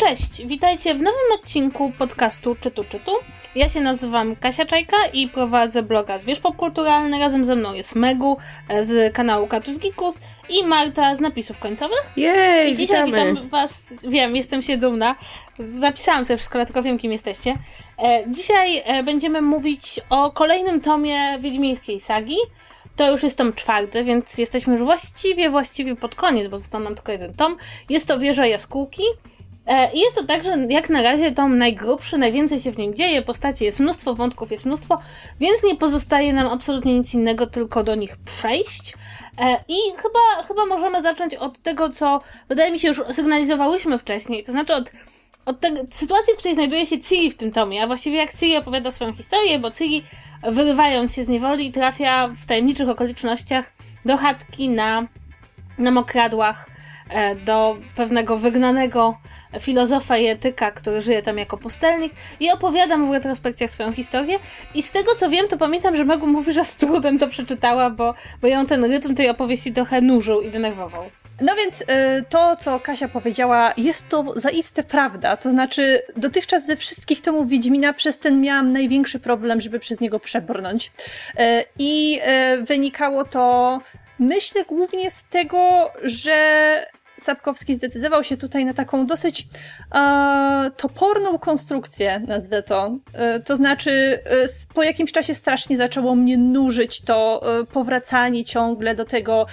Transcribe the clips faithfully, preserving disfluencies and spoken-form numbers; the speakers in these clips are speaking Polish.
Cześć, witajcie w nowym odcinku podcastu Czytu Czytu. Ja się nazywam Kasia Czajka i prowadzę bloga Zwierz Popkulturalny. Razem ze mną jest Megu z kanału Katus Gikus i Marta z napisów końcowych. Jej, I dzisiaj witamy. witam was, wiem, jestem się dumna, zapisałam sobie wszystko, ale tylko wiem, kim jesteście. Dzisiaj będziemy mówić o kolejnym tomie Wiedźmińskiej sagi. To już jest tom czwarty, więc jesteśmy już właściwie, właściwie pod koniec, bo został nam tylko jeden tom. Jest to Wieża Jaskółki. I jest to tak, że jak na razie tom najgrubszy, najwięcej się w nim dzieje, postaci jest mnóstwo, wątków jest mnóstwo, więc nie pozostaje nam absolutnie nic innego, tylko do nich przejść. I chyba, chyba możemy zacząć od tego, co wydaje mi się już sygnalizowałyśmy wcześniej, to znaczy od, od tej sytuacji, w której znajduje się Ciri w tym tomie, a właściwie jak Ciri opowiada swoją historię, bo Ciri, wyrywając się z niewoli, trafia w tajemniczych okolicznościach do chatki na, na Mokradłach, do pewnego wygnanego filozofa i etyka, który żyje tam jako pustelnik i opowiadam w retrospekcjach swoją historię i z tego co wiem, to pamiętam, że Megu mówi, że z trudem to przeczytała, bo, bo ją ten rytm tej opowieści trochę nużył i denerwował. No więc y, to, co Kasia powiedziała, jest to zaiste prawda. To znaczy, dotychczas ze wszystkich tomów Wiedźmina przez ten miałam największy problem, żeby przez niego przebrnąć. Y, I y, wynikało to, myślę, głównie z tego, że Sapkowski zdecydował się tutaj na taką dosyć e, toporną konstrukcję, nazwę to. E, to znaczy, e, po jakimś czasie strasznie zaczęło mnie nużyć to e, powracanie ciągle do tego,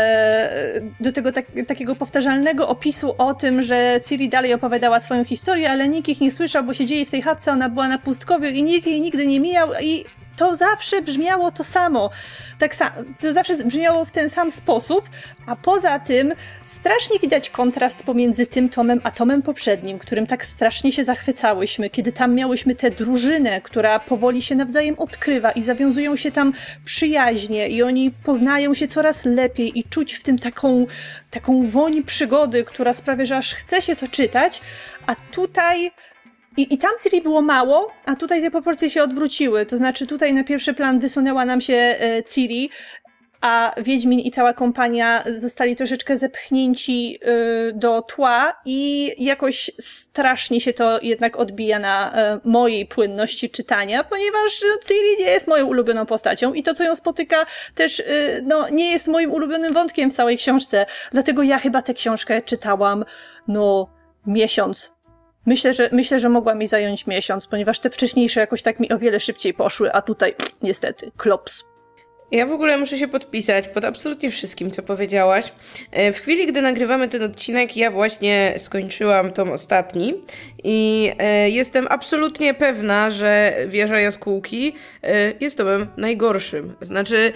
e, do tego tak, takiego powtarzalnego opisu o tym, że Ciri dalej opowiadała swoją historię, ale nikt ich nie słyszał, bo siedzieli w tej chatce, ona była na pustkowiu i nikt jej nigdy nie mijał i to zawsze brzmiało to samo. Tak samo, to zawsze brzmiało w ten sam sposób, a poza tym strasznie widać kontrast pomiędzy tym tomem a tomem poprzednim, którym tak strasznie się zachwycałyśmy, kiedy tam miałyśmy tę drużynę, która powoli się nawzajem odkrywa i zawiązują się tam przyjaźnie i oni poznają się coraz lepiej i czuć w tym taką, taką woń przygody, która sprawia, że aż chce się to czytać, a tutaj... I, I tam Ciri było mało, a tutaj te proporcje się odwróciły. To znaczy tutaj na pierwszy plan wysunęła nam się e, Ciri, a Wiedźmin i cała kompania zostali troszeczkę zepchnięci y, do tła i jakoś strasznie się to jednak odbija na y, mojej płynności czytania, ponieważ Ciri nie jest moją ulubioną postacią i to, co ją spotyka, też y, no, nie jest moim ulubionym wątkiem w całej książce. Dlatego ja chyba tę książkę czytałam, no, miesiąc. Myślę, że, myślę, że mogła mi zająć miesiąc, ponieważ te wcześniejsze jakoś tak mi o wiele szybciej poszły, a tutaj niestety klops. Ja w ogóle muszę się podpisać pod absolutnie wszystkim, co powiedziałaś. W chwili, gdy nagrywamy ten odcinek, ja właśnie skończyłam tom ostatni i jestem absolutnie pewna, że Wieża Jaskółki jest tomem najgorszym. Znaczy,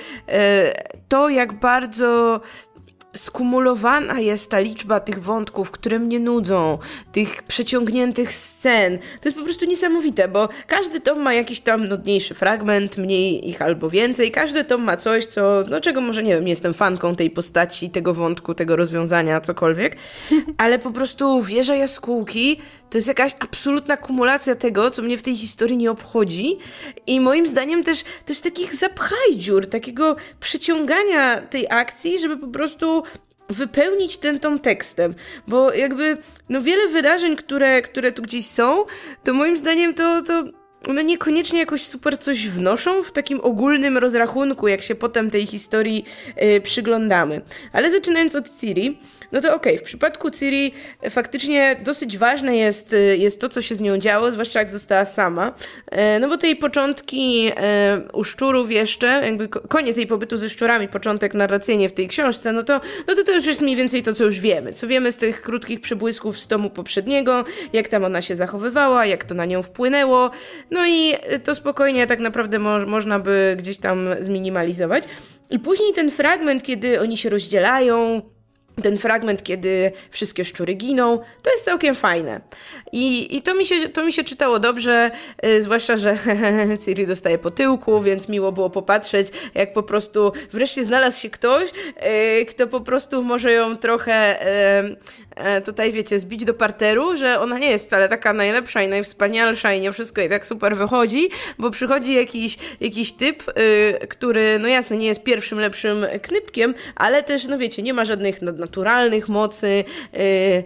to jak bardzo... skumulowana jest ta liczba tych wątków, które mnie nudzą, tych przeciągniętych scen. To jest po prostu niesamowite, bo każdy tom ma jakiś tam nudniejszy fragment, mniej ich albo więcej. Każdy tom ma coś, co, no czego może, nie wiem, nie jestem fanką tej postaci, tego wątku, tego rozwiązania, cokolwiek, ale po prostu Wieża Jaskółki to jest jakaś absolutna kumulacja tego, co mnie w tej historii nie obchodzi i moim zdaniem też, też takich zapchaj dziur, takiego przeciągania tej akcji, żeby po prostu wypełnić ten tom tekstem, bo jakby no wiele wydarzeń, które, które tu gdzieś są, to moim zdaniem to, to one niekoniecznie jakoś super coś wnoszą w takim ogólnym rozrachunku, jak się potem tej historii yy, przyglądamy. Ale zaczynając od Ciri, no to okej, okay, w przypadku Ciri faktycznie dosyć ważne jest, jest to, co się z nią działo, zwłaszcza jak została sama. E, no bo te jej początki e, u szczurów jeszcze, jakby koniec jej pobytu ze szczurami, początek narracyjnie w tej książce, no to, no to to już jest mniej więcej to, co już wiemy. Co wiemy z tych krótkich przebłysków z tomu poprzedniego, jak tam ona się zachowywała, jak to na nią wpłynęło. No i to spokojnie tak naprawdę mo- można by gdzieś tam zminimalizować. I później ten fragment, kiedy oni się rozdzielają, ten fragment, kiedy wszystkie szczury giną, to jest całkiem fajne. I, i to, mi się, to mi się czytało dobrze, yy, zwłaszcza, że Ciri dostaje po tyłku, więc miło było popatrzeć, jak po prostu wreszcie znalazł się ktoś, yy, kto po prostu może ją trochę yy, yy, tutaj, wiecie, zbić do parteru, że ona nie jest wcale taka najlepsza i najwspanialsza i nie wszystko i tak super wychodzi, bo przychodzi jakiś, jakiś typ, yy, który, no jasne, nie jest pierwszym lepszym knypkiem, ale też, no wiecie, nie ma żadnych naturalnych mocy, yy,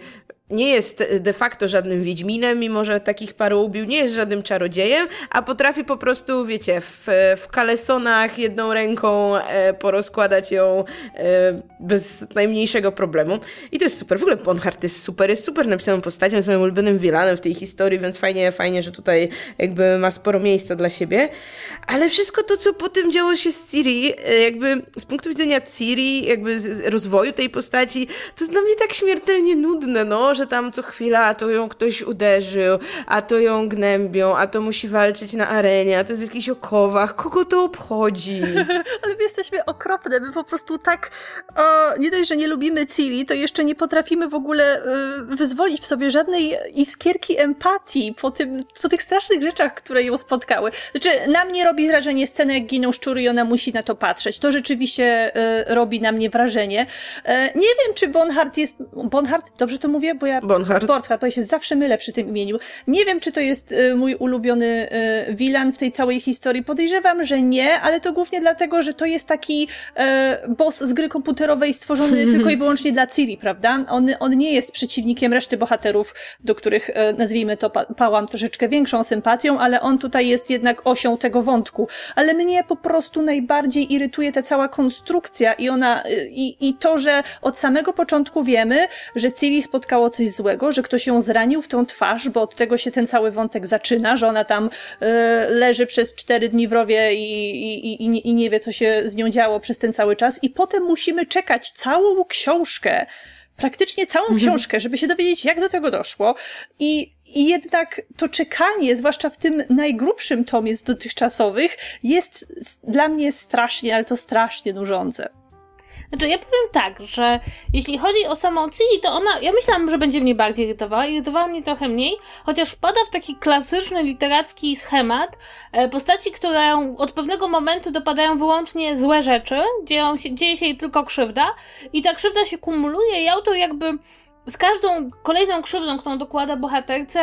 nie jest de facto żadnym wiedźminem, mimo że takich paru ubił, nie jest żadnym czarodziejem, a potrafi po prostu, wiecie, w, w kalesonach jedną ręką e, porozkładać ją e, bez najmniejszego problemu. I to jest super. W ogóle Bonhart jest super, jest super napisaną postacią, jest moim ulubionym villanem w tej historii, więc fajnie, fajnie, że tutaj jakby ma sporo miejsca dla siebie. Ale wszystko to, co potem działo się z Ciri, e, jakby z punktu widzenia Ciri, jakby z rozwoju tej postaci, to jest dla mnie tak śmiertelnie nudne, no, że tam co chwila to ją ktoś uderzył, a to ją gnębią, a to musi walczyć na arenie, a to jest w jakichś okowach. Kogo to obchodzi? Ale my jesteśmy okropne, my po prostu tak o, nie dość, że nie lubimy Ciri, to jeszcze nie potrafimy w ogóle y, wyzwolić w sobie żadnej iskierki empatii po, tym, po tych strasznych rzeczach, które ją spotkały. Znaczy, na mnie robi wrażenie scena, jak giną szczury i ona musi na to patrzeć. To rzeczywiście y, robi na mnie wrażenie. Y, nie wiem, czy Bonhart jest... Bonhart? Dobrze to mówię? Bo ja... Bonhart. Bonhart, bo ja się zawsze mylę przy tym imieniu. Nie wiem, czy to jest y, mój ulubiony y, villain w tej całej historii. Podejrzewam, że nie, ale to głównie dlatego, że to jest taki y, boss z gry komputerowej stworzony tylko i wyłącznie dla Ciri, prawda? On, on nie jest przeciwnikiem reszty bohaterów, do których, y, nazwijmy to, pa, pałam troszeczkę większą sympatią, ale on tutaj jest jednak osią tego wątku. Ale mnie po prostu najbardziej irytuje ta cała konstrukcja i ona, y, i, i to, że od samego początku wiemy, że Ciri spotkało coś złego, że ktoś ją zranił w tą twarz, bo od tego się ten cały wątek zaczyna, że ona tam y, leży przez cztery dni w rowie i, i, i, i nie wie, co się z nią działo przez ten cały czas i potem musimy czekać całą książkę, praktycznie całą mhm. książkę, żeby się dowiedzieć, jak do tego doszło i I jednak to czekanie, zwłaszcza w tym najgrubszym tomie z dotychczasowych, jest dla mnie strasznie, ale to strasznie nużące. Znaczy, ja powiem tak, że jeśli chodzi o samą Ciri, to ona, ja myślałam, że będzie mnie bardziej irytowała, irytowała mnie trochę mniej, chociaż wpada w taki klasyczny literacki schemat postaci, które od pewnego momentu dopadają wyłącznie złe rzeczy, dzieją się, dzieje się jej tylko krzywda i ta krzywda się kumuluje i autor jakby z każdą kolejną krzywdą, którą dokłada bohaterce,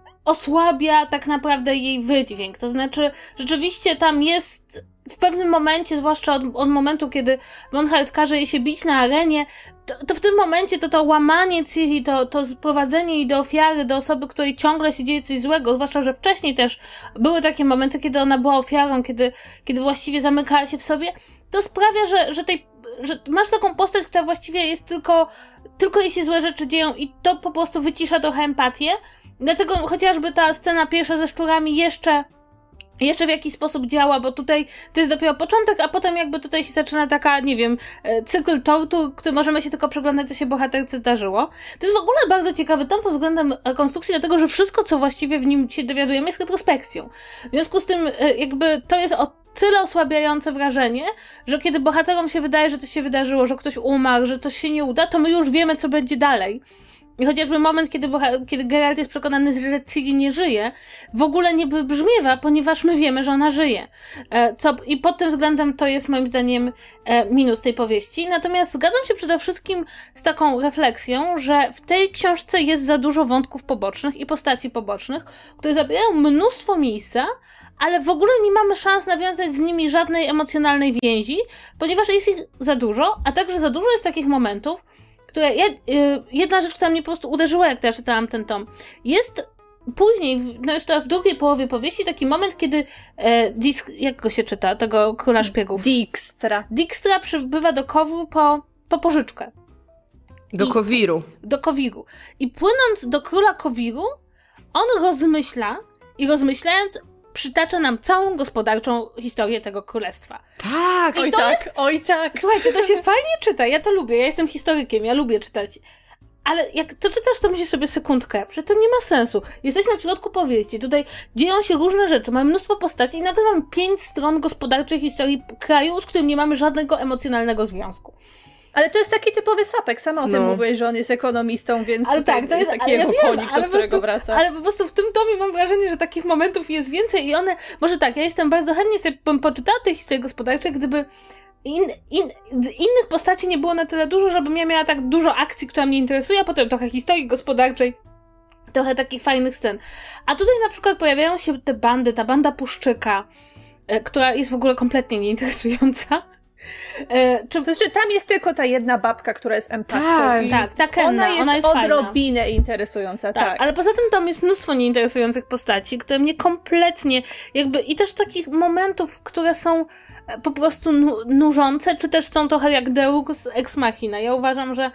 osłabia tak naprawdę jej wydźwięk. To znaczy, rzeczywiście tam jest w pewnym momencie, zwłaszcza od, od momentu, kiedy Bonhart każe jej się bić na arenie, to, to w tym momencie to to łamanie Ciri, to, to sprowadzenie jej do ofiary, do osoby, której ciągle się dzieje coś złego, zwłaszcza, że wcześniej też były takie momenty, kiedy ona była ofiarą, kiedy, kiedy właściwie zamykała się w sobie, to sprawia, że, że, tej, że masz taką postać, która właściwie jest tylko, tylko jej się złe rzeczy dzieją i to po prostu wycisza trochę empatię. Dlatego chociażby ta scena pierwsza ze szczurami jeszcze jeszcze w jakiś sposób działa, bo tutaj to jest dopiero początek, a potem jakby tutaj się zaczyna taka, nie wiem, cykl tortur, który możemy się tylko przeglądać, co się bohaterce zdarzyło. To jest w ogóle bardzo ciekawy tom pod względem konstrukcji, dlatego że wszystko, co właściwie w nim się dowiadujemy, jest retrospekcją. W związku z tym jakby to jest o tyle osłabiające wrażenie, że kiedy bohaterom się wydaje, że coś się wydarzyło, że ktoś umarł, że coś się nie uda, to my już wiemy, co będzie dalej. I chociażby moment, kiedy, boha- kiedy Geralt jest przekonany, że Ciri nie żyje, w ogóle nie wybrzmiewa, ponieważ my wiemy, że ona żyje. E, co, I pod tym względem to jest moim zdaniem e, minus tej powieści. Natomiast zgadzam się przede wszystkim z taką refleksją, że w tej książce jest za dużo wątków pobocznych i postaci pobocznych, które zabierają mnóstwo miejsca, ale w ogóle nie mamy szans nawiązać z nimi żadnej emocjonalnej więzi, ponieważ jest ich za dużo, a także za dużo jest takich momentów, które ja, y, jedna rzecz, która mnie po prostu uderzyła, jak ja czytałam ten tom, jest później, w, no już to w drugiej połowie powieści, taki moment, kiedy e, Dis, jak go się czyta, tego króla szpiegów? Dijkstra. Dijkstra przybywa do Kowru po, po pożyczkę. Do I, Kowiru. Do Kowiru. I płynąc do króla Kowiru, on rozmyśla i rozmyślając przytacza nam całą gospodarczą historię tego królestwa. Tak! I oj tak, jest... oj tak. Słuchajcie, to się fajnie czyta, ja to lubię, ja jestem historykiem, ja lubię czytać. Ale jak to czytasz, to myślisz sobie sekundkę, przecież to nie ma sensu. Jesteśmy w środku powieści, tutaj dzieją się różne rzeczy, mamy mnóstwo postaci i nagle mamy pięć stron gospodarczej historii kraju, z którym nie mamy żadnego emocjonalnego związku. Ale to jest taki typowy sapek, sama o tym no. mówiłeś, że on jest ekonomistą, więc ale tak, to jest taki jego ja konik, do którego prostu, wraca. Ale po prostu w tym tomie mam wrażenie, że takich momentów jest więcej i one, może tak, ja jestem bardzo chętnie sobie bym poczytała tej historii gospodarczej, gdyby in, in, innych postaci nie było na tyle dużo, żebym ja miała tak dużo akcji, która mnie interesuje, a potem trochę historii gospodarczej, trochę takich fajnych scen. A tutaj na przykład pojawiają się te bandy, ta banda Puszczyka, która jest w ogóle kompletnie nieinteresująca. E, czy, to znaczy, tam jest tylko ta jedna babka, która jest empatką. Tak, i tak, ta Kenna, ona jest, ona jest odrobinę fajna. interesująca, tak. tak. Ale poza tym tam jest mnóstwo nieinteresujących postaci, które mnie kompletnie jakby i też takich momentów, które są po prostu nu nużące, czy też są trochę jak Deus Ex Machina. Ja uważam, że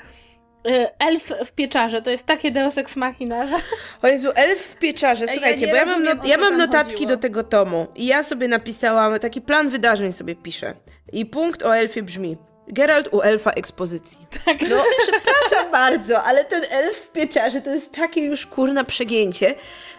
elf w pieczarze to jest takie Deus Ex Machina, że... O Jezu, elf w pieczarze, słuchajcie, ja bo ja mam, rozumiem, not ja mam notatki chodziło. do tego tomu i ja sobie napisałam, taki plan wydarzeń sobie piszę. I punkt o elfie brzmi: Geralt u elfa ekspozycji. Tak. No, przepraszam bardzo, ale ten elf w pieczarze to jest takie już kurna przegięcie.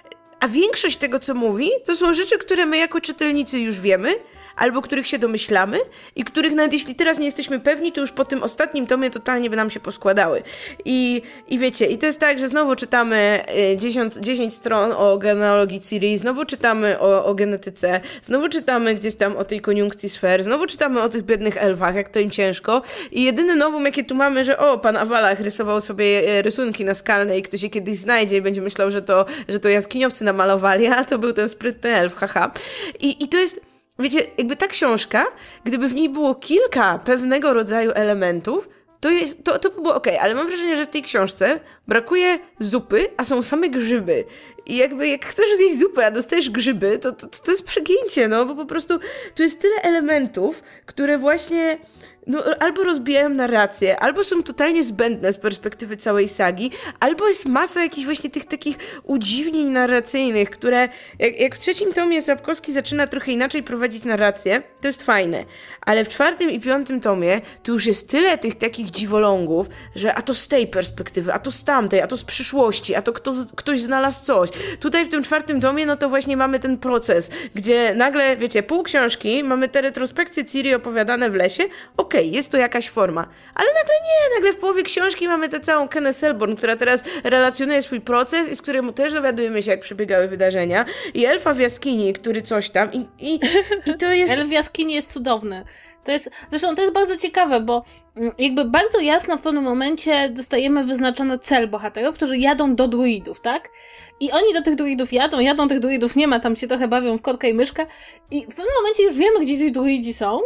A większość tego, co mówi, to są rzeczy, które my jako czytelnicy już wiemy, albo których się domyślamy i których nawet jeśli teraz nie jesteśmy pewni, to już po tym ostatnim tomie totalnie by nam się poskładały. I, i wiecie, i to jest tak, że znowu czytamy dziesięć stron o genealogii Ciri, znowu czytamy o, o genetyce, znowu czytamy gdzieś tam o tej koniunkcji sfer, znowu czytamy o tych biednych elfach, jak to im ciężko. I jedyne nowum, jakie tu mamy, że o, pan Awalach rysował sobie rysunki naskalne i ktoś je kiedyś znajdzie i będzie myślał, że to, że to jaskiniowcy namalowali, a to był ten sprytny elf, haha. I, i to jest... Wiecie, jakby ta książka, gdyby w niej było kilka pewnego rodzaju elementów, to, jest, to, to by było okej, ale mam wrażenie, że w tej książce brakuje zupy, a są same grzyby. I jakby jak chcesz zjeść zupę, a dostajesz grzyby, to, to, to jest przegięcie, no, bo po prostu tu jest tyle elementów, które właśnie... No, albo rozbijają narrację, albo są totalnie zbędne z perspektywy całej sagi, albo jest masa jakichś właśnie tych takich udziwnień narracyjnych, które jak, jak w trzecim tomie Sapkowski zaczyna trochę inaczej prowadzić narrację, to jest fajne, ale w czwartym i piątym tomie tu już jest tyle tych takich dziwolągów, że a to z tej perspektywy, a to z tamtej, a to z przyszłości, a to kto, ktoś znalazł coś. Tutaj w tym czwartym tomie, no to właśnie mamy ten proces, gdzie nagle, wiecie, pół książki, mamy te retrospekcje Ciri opowiadane w lesie, okej, Okej, jest to jakaś forma. Ale nagle nie, nagle w połowie książki mamy tę całą Kennę Selborn, która teraz relacjonuje swój proces i z któremu też dowiadujemy się, jak przebiegały wydarzenia. I elfa w jaskini, który coś tam. I, i, i to jest... Elf w jaskini jest cudowny. To jest, zresztą to jest bardzo ciekawe, bo jakby bardzo jasno w pewnym momencie dostajemy wyznaczony cel bohaterów, którzy jadą do druidów, tak? I oni do tych druidów jadą, jadą tych druidów nie ma, tam się trochę bawią w kotka i myszkę. I w pewnym momencie już wiemy, gdzie ci druidzi są.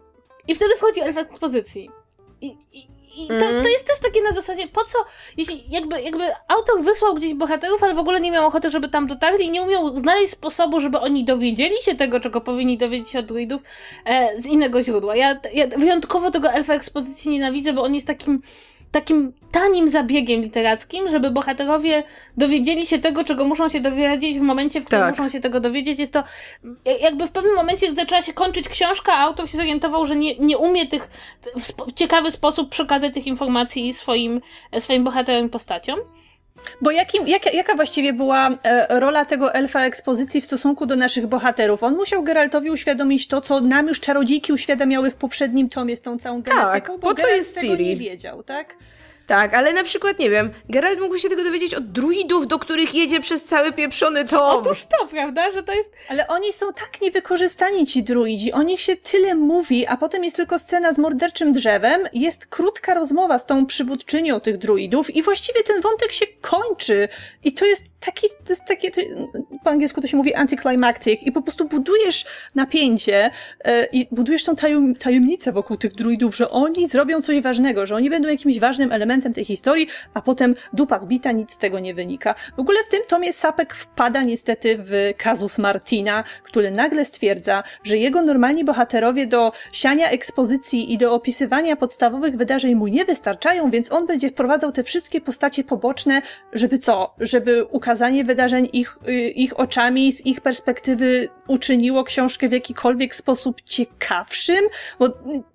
I wtedy wchodzi elf ekspozycji. I, i, i to, to jest też takie na zasadzie, po co, jeśli jakby, jakby autor wysłał gdzieś bohaterów, ale w ogóle nie miał ochoty, żeby tam dotarli i nie umiał znaleźć sposobu, żeby oni dowiedzieli się tego, czego powinni dowiedzieć się od druidów e, z innego źródła. Ja, ja wyjątkowo tego elfa ekspozycji nienawidzę, bo on jest takim takim tanim zabiegiem literackim, żeby bohaterowie dowiedzieli się tego, czego muszą się dowiedzieć w momencie, w którym tak. muszą się tego dowiedzieć. Jest to jakby w pewnym momencie zaczęła się kończyć książka, a autor się zorientował, że nie, nie umie tych w, sp w ciekawy sposób przekazać tych informacji swoim, swoim bohaterom i postaciom. Bo jakim, jak, jaka właściwie była e, rola tego elfa ekspozycji w stosunku do naszych bohaterów? On musiał Geraltowi uświadomić to, co nam już czarodziejki uświadamiały w poprzednim tomie z tą całą genetyką, tak, bo po co Geralt jest tego Ciri? nie wiedział, tak? Tak, ale na przykład, nie wiem, Geralt mógłby się tego dowiedzieć od druidów, do których jedzie przez cały pieprzony tom. Otóż to, prawda, że to jest... Ale oni są tak niewykorzystani, ci druidzi. O nich się tyle mówi, a potem jest tylko scena z morderczym drzewem, jest krótka rozmowa z tą przywódczynią tych druidów i właściwie ten wątek się kończy. I to jest taki, to jest takie, to, po angielsku to się mówi anticlimactic i po prostu budujesz napięcie yy, i budujesz tą tajem, tajemnicę wokół tych druidów, że oni zrobią coś ważnego, że oni będą jakimś ważnym elementem tej historii, a potem dupa zbita, nic z tego nie wynika. W ogóle w tym tomie Sapek wpada niestety w kazus Martina, który nagle stwierdza, że jego normalni bohaterowie do siania ekspozycji i do opisywania podstawowych wydarzeń mu nie wystarczają, więc on będzie wprowadzał te wszystkie postacie poboczne, żeby co? Żeby ukazanie wydarzeń ich, ich oczami, z ich perspektywy uczyniło książkę w jakikolwiek sposób ciekawszym? Bo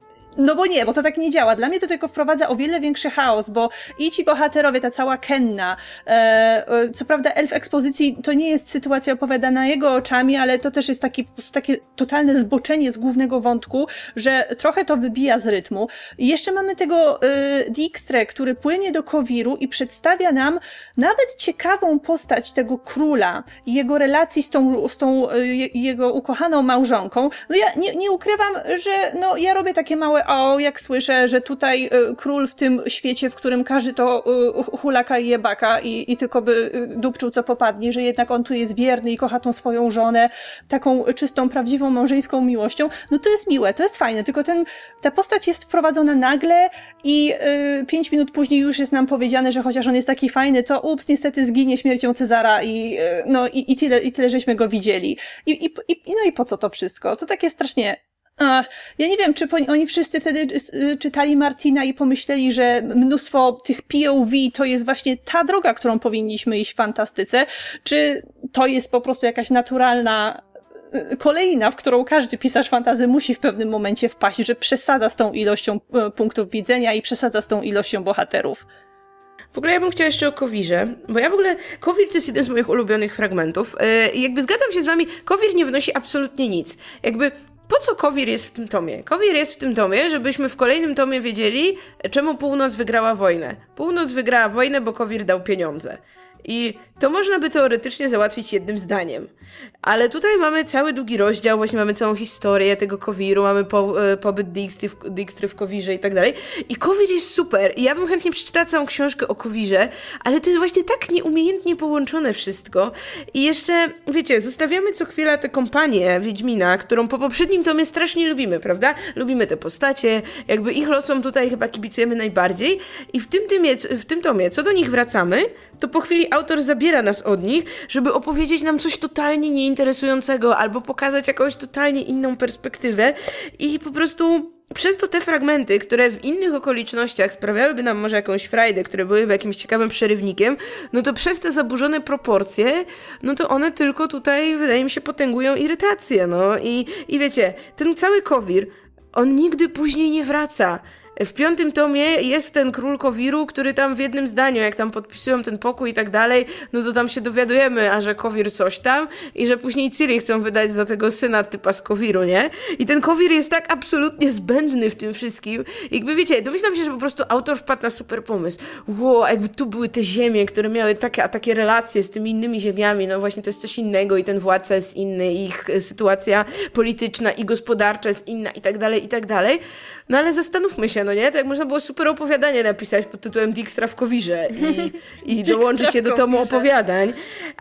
No bo nie, bo to tak nie działa. Dla mnie to tylko wprowadza o wiele większy chaos, bo i ci bohaterowie, ta cała Kenna, e, e, co prawda elf ekspozycji to nie jest sytuacja opowiadana jego oczami, ale to też jest taki, po prostu takie totalne zboczenie z głównego wątku, że trochę to wybija z rytmu. I jeszcze mamy tego e, Dijkstrę, który płynie do Kowiru i przedstawia nam nawet ciekawą postać tego króla i jego relacji z tą, z tą e, jego ukochaną małżonką. No ja nie, nie ukrywam, że no ja robię takie małe o, jak słyszę, że tutaj y, król w tym świecie, w którym każdy to y, hulaka i jebaka i, i tylko by y, dupczył co popadnie, że jednak on tu jest wierny i kocha tą swoją żonę taką czystą, prawdziwą, małżeńską miłością, no to jest miłe, to jest fajne, tylko ten, ta postać jest wprowadzona nagle i y, pięć minut później już jest nam powiedziane, że chociaż on jest taki fajny, to ups, niestety zginie śmiercią Cezara i y, no i, i tyle, i tyle żeśmy go widzieli. I, i, i, no i po co to wszystko? To takie strasznie... Ach, ja nie wiem, czy po, oni wszyscy wtedy y, czytali Martina i pomyśleli, że mnóstwo tych P O V to jest właśnie ta droga, którą powinniśmy iść w fantastyce, czy to jest po prostu jakaś naturalna y, kolejna, w którą każdy pisarz fantasy musi w pewnym momencie wpaść, że przesadza z tą ilością y, punktów widzenia i przesadza z tą ilością bohaterów. W ogóle ja bym chciała jeszcze o Kowirze, bo ja w ogóle, Kowir to jest jeden z moich ulubionych fragmentów i yy, jakby zgadzam się z wami, Kowir nie wnosi absolutnie nic. Jakby po co Kowir jest w tym tomie? Kowir jest w tym tomie, żebyśmy w kolejnym tomie wiedzieli, czemu Północ wygrała wojnę. Północ wygrała wojnę, bo Kowir dał pieniądze. I to można by teoretycznie załatwić jednym zdaniem. Ale tutaj mamy cały długi rozdział, właśnie mamy całą historię tego Kowiru, mamy po, e, pobyt Dijkstry w, Dijkstry w Kowirze i tak dalej. I Kowir jest super. I ja bym chętnie przeczytała całą książkę o Kowirze, ale to jest właśnie tak nieumiejętnie połączone wszystko. I jeszcze, wiecie, zostawiamy co chwila tę kompanię Wiedźmina, którą po poprzednim tomie strasznie lubimy, prawda? Lubimy te postacie, jakby ich losom tutaj chyba kibicujemy najbardziej. I w tym, tymie, w tym tomie, co do nich wracamy, to po chwili autor zabiera nas od nich, żeby opowiedzieć nam coś totalnie nieinteresującego albo pokazać jakąś totalnie inną perspektywę i po prostu przez to te fragmenty, które w innych okolicznościach sprawiałyby nam może jakąś frajdę, które byłyby jakimś ciekawym przerywnikiem, no to przez te zaburzone proporcje, no to one tylko tutaj, wydaje mi się, potęgują irytację, no i, i wiecie, ten cały Kowir, on nigdy później nie wraca. W piątym tomie jest ten król Kowiru, który tam w jednym zdaniu, jak tam podpisują ten pokój i tak dalej, no to tam się dowiadujemy, a że Kowir coś tam i że później Ciri chcą wydać za tego syna typa z Kowiru, nie? I ten Kowir jest tak absolutnie zbędny w tym wszystkim. I jakby wiecie, domyślam się, że po prostu autor wpadł na super pomysł. Wow, jakby tu były te ziemie, które miały takie, a takie relacje z tymi innymi ziemiami, no właśnie to jest coś innego i ten władca jest inny, i ich sytuacja polityczna i gospodarcza jest inna i tak dalej, i tak dalej. No ale zastanówmy się, no nie? To jak można było super opowiadanie napisać pod tytułem Dijkstra w Kowirze i, i dołączyć je do tomu opowiadań.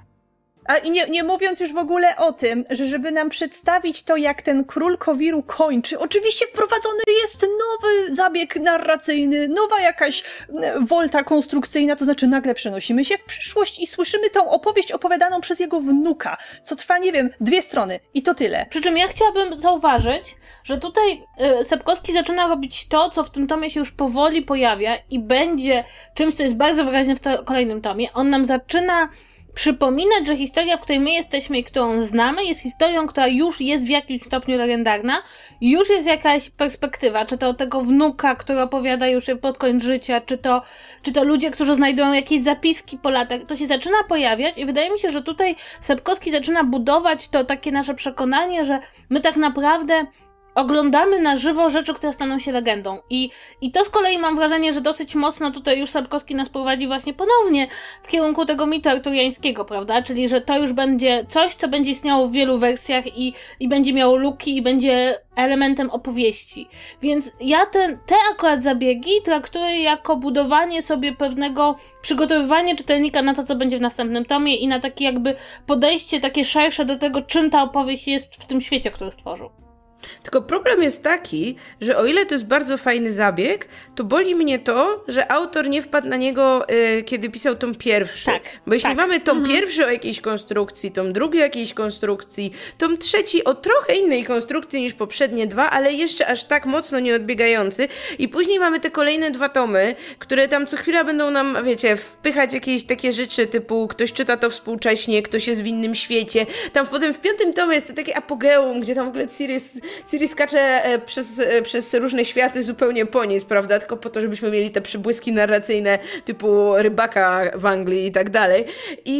A i nie, nie mówiąc już w ogóle o tym, że żeby nam przedstawić to, jak ten król Kowiru kończy, oczywiście wprowadzony jest nowy zabieg narracyjny, nowa jakaś wolta konstrukcyjna, to znaczy nagle przenosimy się w przyszłość i słyszymy tą opowieść opowiadaną przez jego wnuka, co trwa, nie wiem, dwie strony i to tyle. Przy czym ja chciałabym zauważyć, że tutaj y, Sapkowski zaczyna robić to, co w tym tomie się już powoli pojawia i będzie czymś, co jest bardzo wyraźne w to, kolejnym tomie. On nam zaczyna przypominać, że historia, w której my jesteśmy i którą znamy, jest historią, która już jest w jakimś stopniu legendarna, już jest jakaś perspektywa, czy to tego wnuka, który opowiada już pod koniec życia, czy to, czy to ludzie, którzy znajdują jakieś zapiski po latach, to się zaczyna pojawiać i wydaje mi się, że tutaj Sapkowski zaczyna budować to takie nasze przekonanie, że my tak naprawdę oglądamy na żywo rzeczy, które staną się legendą. I, I to z kolei mam wrażenie, że dosyć mocno tutaj już Sapkowski nas prowadzi właśnie ponownie w kierunku tego mitu arturiańskiego, prawda? Czyli, że to już będzie coś, co będzie istniało w wielu wersjach i, i będzie miało luki i będzie elementem opowieści. Więc ja te, te akurat zabiegi traktuję jako budowanie sobie pewnego, przygotowywanie czytelnika na to, co będzie w następnym tomie i na takie jakby podejście takie szersze do tego, czym ta opowieść jest w tym świecie, który stworzył. Tylko problem jest taki, że o ile to jest bardzo fajny zabieg, to boli mnie to, że autor nie wpadł na niego, y, kiedy pisał tom pierwszy. Tak, Bo jeśli tak. mamy tom Mhm. pierwszy o jakiejś konstrukcji, tom drugi o jakiejś konstrukcji, tom trzeci o trochę innej konstrukcji niż poprzednie dwa, ale jeszcze aż tak mocno nie odbiegający i później mamy te kolejne dwa tomy, które tam co chwila będą nam, wiecie, wpychać jakieś takie rzeczy typu ktoś czyta to współcześnie, ktoś jest w innym świecie. Tam potem w piątym tomie jest to takie apogeum, gdzie tam w ogóle Ciri Ciri skacze e, przez, e, przez różne światy zupełnie po nic, prawda? Tylko po to, żebyśmy mieli te przybłyski narracyjne typu rybaka w Anglii i tak dalej. I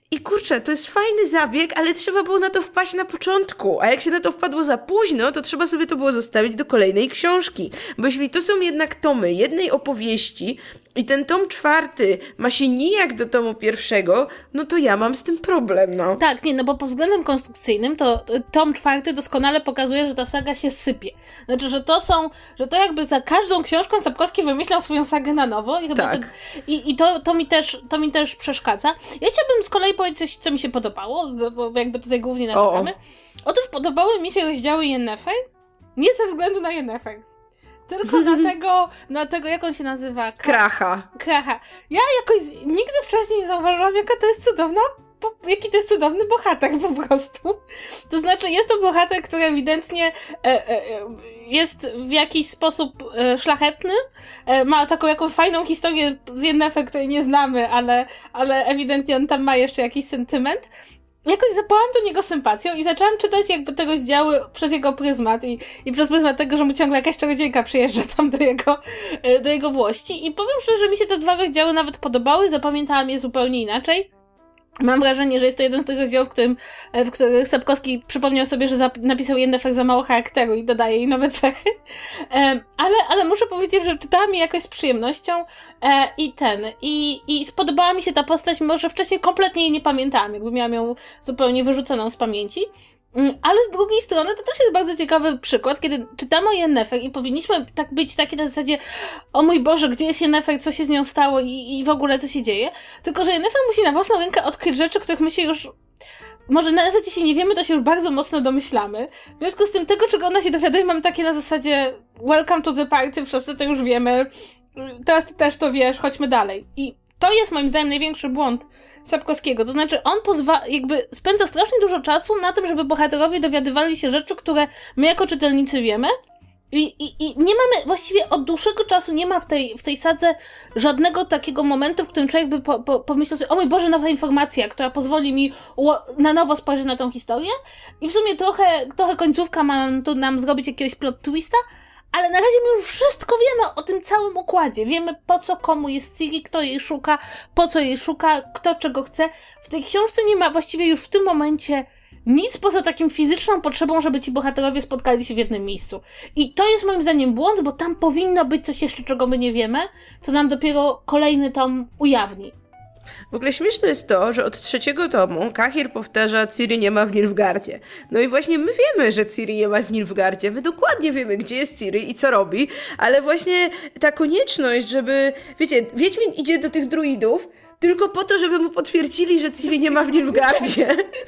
I kurczę, to jest fajny zabieg, ale trzeba było na to wpaść na początku. A jak się na to wpadło za późno, to trzeba sobie to było zostawić do kolejnej książki. Bo jeśli to są jednak tomy jednej opowieści i ten tom czwarty ma się nijak do tomu pierwszego, no to ja mam z tym problem, no. Tak, nie, no bo pod względem konstrukcyjnym to tom czwarty doskonale pokazuje, że ta saga się sypie. Znaczy, że to są, że to jakby za każdą książką Sapkowski wymyślał swoją sagę na nowo i chyba tak. to, i, i to, to, mi też, to mi też przeszkadza. Ja chciałabym z kolei powiedzieć coś, co mi się podobało, bo jakby tutaj głównie narzekamy. Otóż podobały mi się rozdziały Yennefer, nie ze względu na Yennefer, tylko na tego, na tego, jak on się nazywa? Kracha. Kracha. Ja jakoś nigdy wcześniej nie zauważyłam, jaka to jest cudowna, bo, jaki to jest cudowny bohater po prostu. To znaczy, jest to bohater, który ewidentnie e, e, jest w jakiś sposób e, szlachetny, e, ma taką jakąś fajną historię z Yennefer, której nie znamy, ale, ale ewidentnie on tam ma jeszcze jakiś sentyment. Jakoś zapałam do niego sympatią i zaczęłam czytać jakby te rozdziały przez jego pryzmat i, i przez pryzmat tego, że mu ciągle jakaś czarodziejka przyjeżdża tam do jego, do jego włości. I powiem szczerze, że mi się te dwa rozdziały nawet podobały, zapamiętałam je zupełnie inaczej. Mam wrażenie, że jest to jeden z tych rozdziałów, w, którym, w których Sapkowski przypomniał sobie, że zap- napisał Yennefer za mało charakteru i dodaje jej nowe cechy. E, ale, ale muszę powiedzieć, że czytałam je jakoś z przyjemnością e, i ten, i, i spodobała mi się ta postać, mimo że wcześniej kompletnie jej nie pamiętałam, jakby miałam ją zupełnie wyrzuconą z pamięci. Ale z drugiej strony to też jest bardzo ciekawy przykład, kiedy czytamy o Yennefer i powinniśmy tak być takie na zasadzie o mój Boże, gdzie jest Yennefer, co się z nią stało i, i w ogóle co się dzieje, tylko że Yennefer musi na własną rękę odkryć rzeczy, których my się już, może nawet jeśli nie wiemy, to się już bardzo mocno domyślamy. W związku z tym tego, czego ona się dowiaduje, mamy takie na zasadzie welcome to the party, wszyscy to już wiemy, teraz ty też to wiesz, chodźmy dalej. I to jest moim zdaniem największy błąd Sapkowskiego, to znaczy on pozwa- jakby spędza strasznie dużo czasu na tym, żeby bohaterowie dowiadywali się rzeczy, które my jako czytelnicy wiemy i, i, i nie mamy, właściwie od dłuższego czasu nie ma w tej, w tej sadze żadnego takiego momentu, w którym człowiek by po, po, pomyślał sobie, o mój Boże, nowa informacja, która pozwoli mi uło- na nowo spojrzeć na tą historię i w sumie trochę, trochę końcówka ma tu nam zrobić jakiegoś plot twista, ale na razie my już wszystko wiemy o tym całym układzie. Wiemy, po co komu jest Ciri, kto jej szuka, po co jej szuka, kto czego chce. W tej książce nie ma właściwie już w tym momencie nic poza takim fizyczną potrzebą, żeby ci bohaterowie spotkali się w jednym miejscu. I to jest moim zdaniem błąd, bo tam powinno być coś jeszcze, czego my nie wiemy, co nam dopiero kolejny tom ujawni. W ogóle śmieszne jest to, że od trzeciego tomu Cahir powtarza Ciri nie ma w Nilfgaardzie. No i właśnie my wiemy, że Ciri nie ma w Nilfgaardzie. My dokładnie wiemy, gdzie jest Ciri i co robi, ale właśnie ta konieczność, żeby... Wiecie, Wiedźmin idzie do tych druidów tylko po to, żeby mu potwierdzili, że Ciri nie ma w Nilfgaardzie.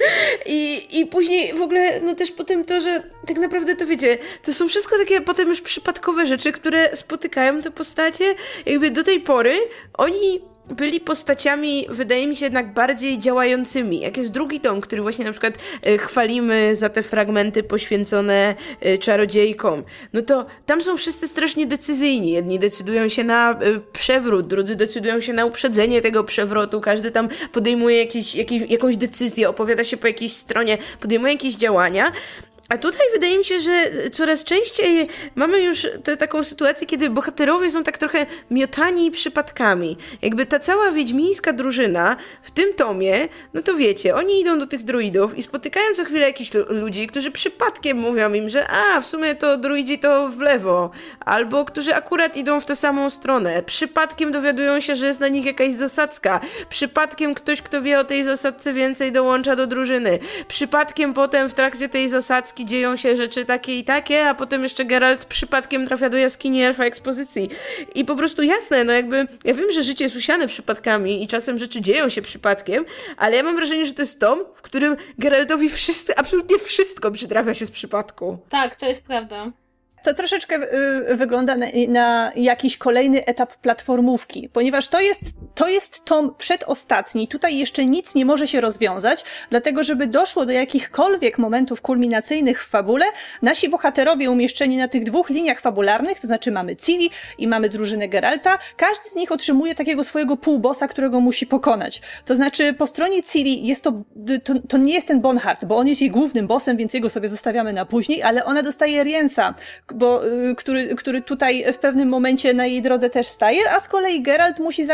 I, I później w ogóle, no też potem to, że tak naprawdę to wiecie, to są wszystko takie potem już przypadkowe rzeczy, które spotykają te postacie. Jakby do tej pory oni byli postaciami, wydaje mi się, jednak bardziej działającymi. Jak jest drugi tom, który właśnie na przykład y, chwalimy za te fragmenty poświęcone y, czarodziejkom, no to tam są wszyscy strasznie decyzyjni. Jedni decydują się na y, przewrót, drudzy decydują się na uprzedzenie tego przewrotu. Każdy tam podejmuje jakiś, jakiś, jakąś decyzję, opowiada się po jakiejś stronie, podejmuje jakieś działania. A tutaj wydaje mi się, że coraz częściej mamy już tę taką sytuację, kiedy bohaterowie są tak trochę miotani przypadkami. Jakby ta cała wiedźmińska drużyna w tym tomie, no to wiecie, oni idą do tych druidów i spotykają co chwilę jakichś l- ludzi, którzy przypadkiem mówią im, że a, w sumie to druidzi to w lewo. Albo którzy akurat idą w tę samą stronę. Przypadkiem dowiadują się, że jest na nich jakaś zasadzka. Przypadkiem ktoś, kto wie o tej zasadce więcej, dołącza do drużyny. Przypadkiem potem w trakcie tej zasadzki dzieją się rzeczy takie i takie, a potem jeszcze Geralt przypadkiem trafia do jaskini elfa ekspozycji. I po prostu jasne, no jakby, ja wiem, że życie jest usiane przypadkami i czasem rzeczy dzieją się przypadkiem, ale ja mam wrażenie, że to jest tom, w którym Geraltowi wszyscy, absolutnie wszystko przytrafia się z przypadku. Tak, to jest prawda. To troszeczkę y, wygląda na, na jakiś kolejny etap platformówki, ponieważ to jest, to jest tom przedostatni. Tutaj jeszcze nic nie może się rozwiązać, dlatego żeby doszło do jakichkolwiek momentów kulminacyjnych w fabule, nasi bohaterowie umieszczeni na tych dwóch liniach fabularnych, to znaczy mamy Ciri i mamy drużynę Geralta, każdy z nich otrzymuje takiego swojego półbossa, którego musi pokonać. To znaczy po stronie Ciri jest to, to, to nie jest ten Bonhart, bo on jest jej głównym bossem, więc jego sobie zostawiamy na później, ale ona dostaje Riensa, bo, y, który, który tutaj w pewnym momencie na jej drodze też staje, a z kolei Geralt musi załatwić tego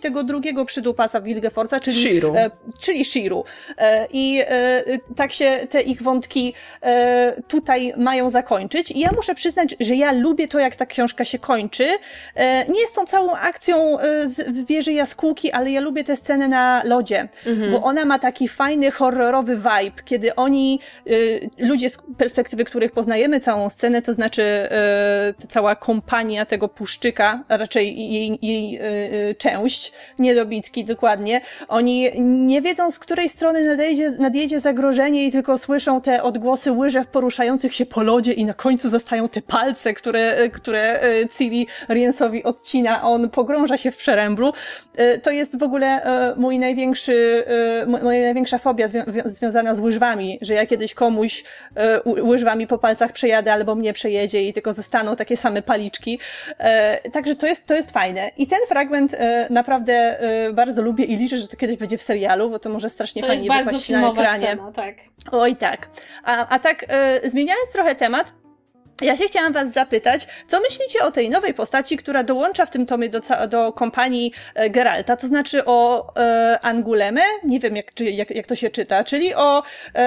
tego drugiego przydupasa Wilgefortza, czyli Shiru. E, czyli Shiru. E, I e, tak się te ich wątki e, tutaj mają zakończyć. I ja muszę przyznać, że ja lubię to, jak ta książka się kończy. E, nie jest tą całą akcją e, z, w wieży jaskółki, ale ja lubię tę scenę na lodzie, mhm. bo ona ma taki fajny, horrorowy vibe, kiedy oni, e, ludzie z perspektywy których poznajemy całą scenę, to znaczy e, cała kompania tego puszczyka, a raczej jej, jej e, e, część, niedobitki dokładnie, oni nie wiedzą, z której strony nadjedzie, nadjedzie zagrożenie i tylko słyszą te odgłosy łyżew poruszających się po lodzie i na końcu zostają te palce, które, które Ciri Riensowi odcina, a on pogrąża się w przeręblu. To jest w ogóle mój największy, moja największa fobia zwią- związana z łyżwami, że ja kiedyś komuś łyżwami po palcach przejadę albo mnie przejedzie i tylko zostaną takie same paliczki. Także to jest, to jest fajne. I ten fragment naprawdę bardzo lubię i liczę, że to kiedyś będzie w serialu, bo to może strasznie to fajnie jest bardzo wypaść na filmowa ekranie. Scena, tak. Oj tak. A, a tak y, zmieniając trochę temat, ja się chciałam was zapytać, co myślicie o tej nowej postaci, która dołącza w tym tomie do, do kompanii e, Geralta, to znaczy o e, Angoulême, nie wiem jak, czy, jak, jak to się czyta, czyli o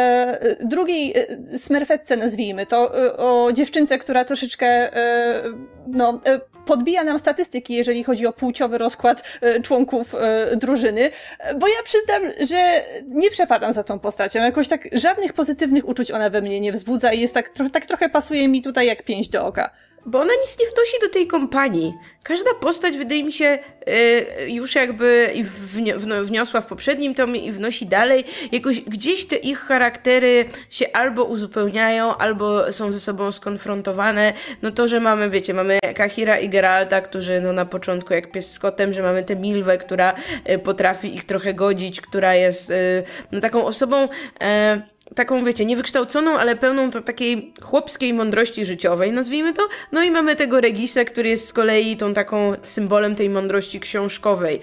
e, drugiej e, smerfetce nazwijmy to, e, o dziewczynce, która troszeczkę e, no, e, podbija nam statystyki, jeżeli chodzi o płciowy rozkład e, członków e, drużyny, bo ja przyznam, że nie przepadam za tą postacią, jakoś tak żadnych pozytywnych uczuć ona we mnie nie wzbudza i jest tak, tro, tak trochę pasuje mi tutaj jak pięść do oka. Bo ona nic nie wnosi do tej kompanii. Każda postać, wydaje mi się, yy, już jakby wni- wno- wniosła w poprzednim tomie i wnosi dalej. Jakoś gdzieś te ich charaktery się albo uzupełniają, albo są ze sobą skonfrontowane. No to, że mamy, wiecie, mamy Kahira i Geralta, którzy no na początku jak pies z kotem, że mamy tę Milwę, która y, potrafi ich trochę godzić, która jest y, no taką osobą... Y, taką, wiecie, niewykształconą, ale pełną to takiej chłopskiej mądrości życiowej, nazwijmy to. No i mamy tego Regisa, który jest z kolei tą taką symbolem tej mądrości książkowej.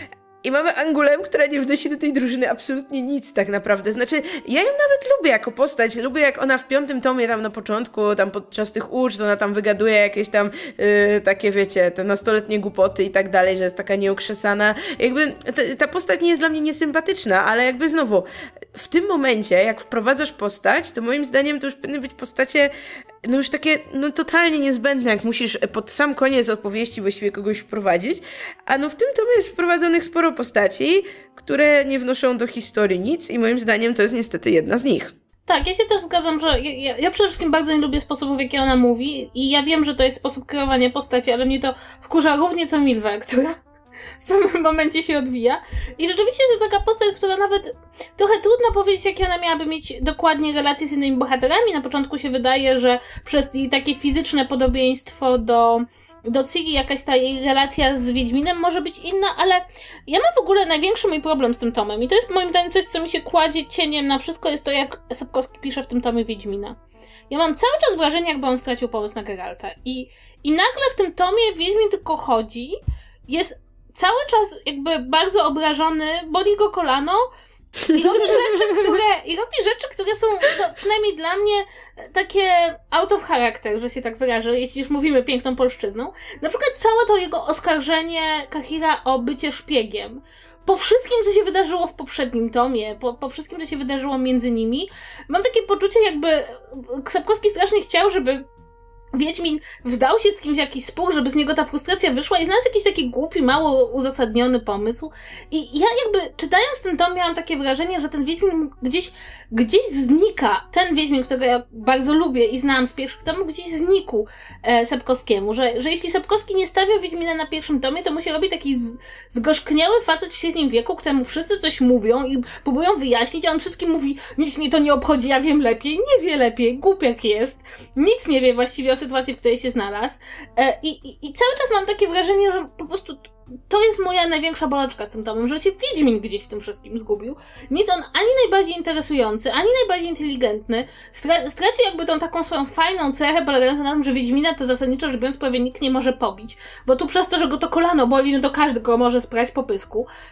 I mamy Angoulême, która nie wnosi do tej drużyny absolutnie nic tak naprawdę. Znaczy, ja ją nawet lubię jako postać. Lubię, jak ona w piątym tomie tam na początku, tam podczas tych uczt, ona tam wygaduje jakieś tam yy, takie, wiecie, te nastoletnie głupoty i tak dalej, że jest taka nieokrzesana. Jakby ta, ta postać nie jest dla mnie niesympatyczna, ale jakby znowu, w tym momencie, jak wprowadzasz postać, to moim zdaniem to już powinny być postacie no już takie, no totalnie niezbędne, jak musisz pod sam koniec opowieści właściwie kogoś wprowadzić, a no w tym tomie jest wprowadzonych sporo postaci, które nie wnoszą do historii nic i moim zdaniem to jest niestety jedna z nich. Tak, ja się też zgadzam, że ja, ja, ja przede wszystkim bardzo nie lubię sposobów, w jaki ona mówi i ja wiem, że to jest sposób kreowania postaci, ale mnie to wkurza równie co Milwę, która w pewnym momencie się odwija. I rzeczywiście jest to taka postać, która nawet trochę trudno powiedzieć, jakie ona miałaby mieć dokładnie relacje z innymi bohaterami. Na początku się wydaje, że przez jej takie fizyczne podobieństwo do do Ciri jakaś ta jej relacja z Wiedźminem może być inna, ale ja mam w ogóle największy mój problem z tym tomem i to jest moim zdaniem coś, co mi się kładzie cieniem na wszystko, jest to, jak Sapkowski pisze w tym tomie Wiedźmina. Ja mam cały czas wrażenie, jakby on stracił pomysł na Geralta i, i nagle w tym tomie Wiedźmin tylko chodzi, jest cały czas jakby bardzo obrażony, boli go kolano i robi rzeczy, które, i robi rzeczy, które są no, przynajmniej dla mnie takie out of character, że się tak wyrażę, jeśli już mówimy piękną polszczyzną. Na przykład całe to jego oskarżenie Kahira o bycie szpiegiem. Po wszystkim, co się wydarzyło w poprzednim tomie, po, po wszystkim, co się wydarzyło między nimi, mam takie poczucie, jakby Sapkowski strasznie chciał, żeby Wiedźmin wdał się z kimś w jakiś spór, żeby z niego ta frustracja wyszła i znalazł jakiś taki głupi, mało uzasadniony pomysł. I ja jakby czytając ten tom miałam takie wrażenie, że ten Wiedźmin gdzieś, gdzieś znika. Ten Wiedźmin, którego ja bardzo lubię i znam z pierwszych tomów, gdzieś znikł e, Sapkowskiemu. Że, że jeśli Sapkowski nie stawiał Wiedźmina na pierwszym tomie, to musi robić taki z, zgorzkniały facet w średnim wieku, któremu wszyscy coś mówią i próbują wyjaśnić, a on wszystkim mówi, nic mnie to nie obchodzi, ja wiem lepiej. Nie wie lepiej, głupiak jest. Nic nie wie właściwie o sytuacji, w której się znalazł. E, i, i, I cały czas mam takie wrażenie, że po prostu to jest moja największa boleczka z tym tomem, że się Wiedźmin gdzieś w tym wszystkim zgubił. Nie jest on ani najbardziej interesujący, ani najbardziej inteligentny. Stra- stracił jakby tą taką swoją fajną cechę polegającą na tym, że Wiedźmina to zasadniczo rzecz biorąc prawie nikt nie może pobić. Bo tu przez to, że go to kolano boli, no to każdy go może sprać po pysku.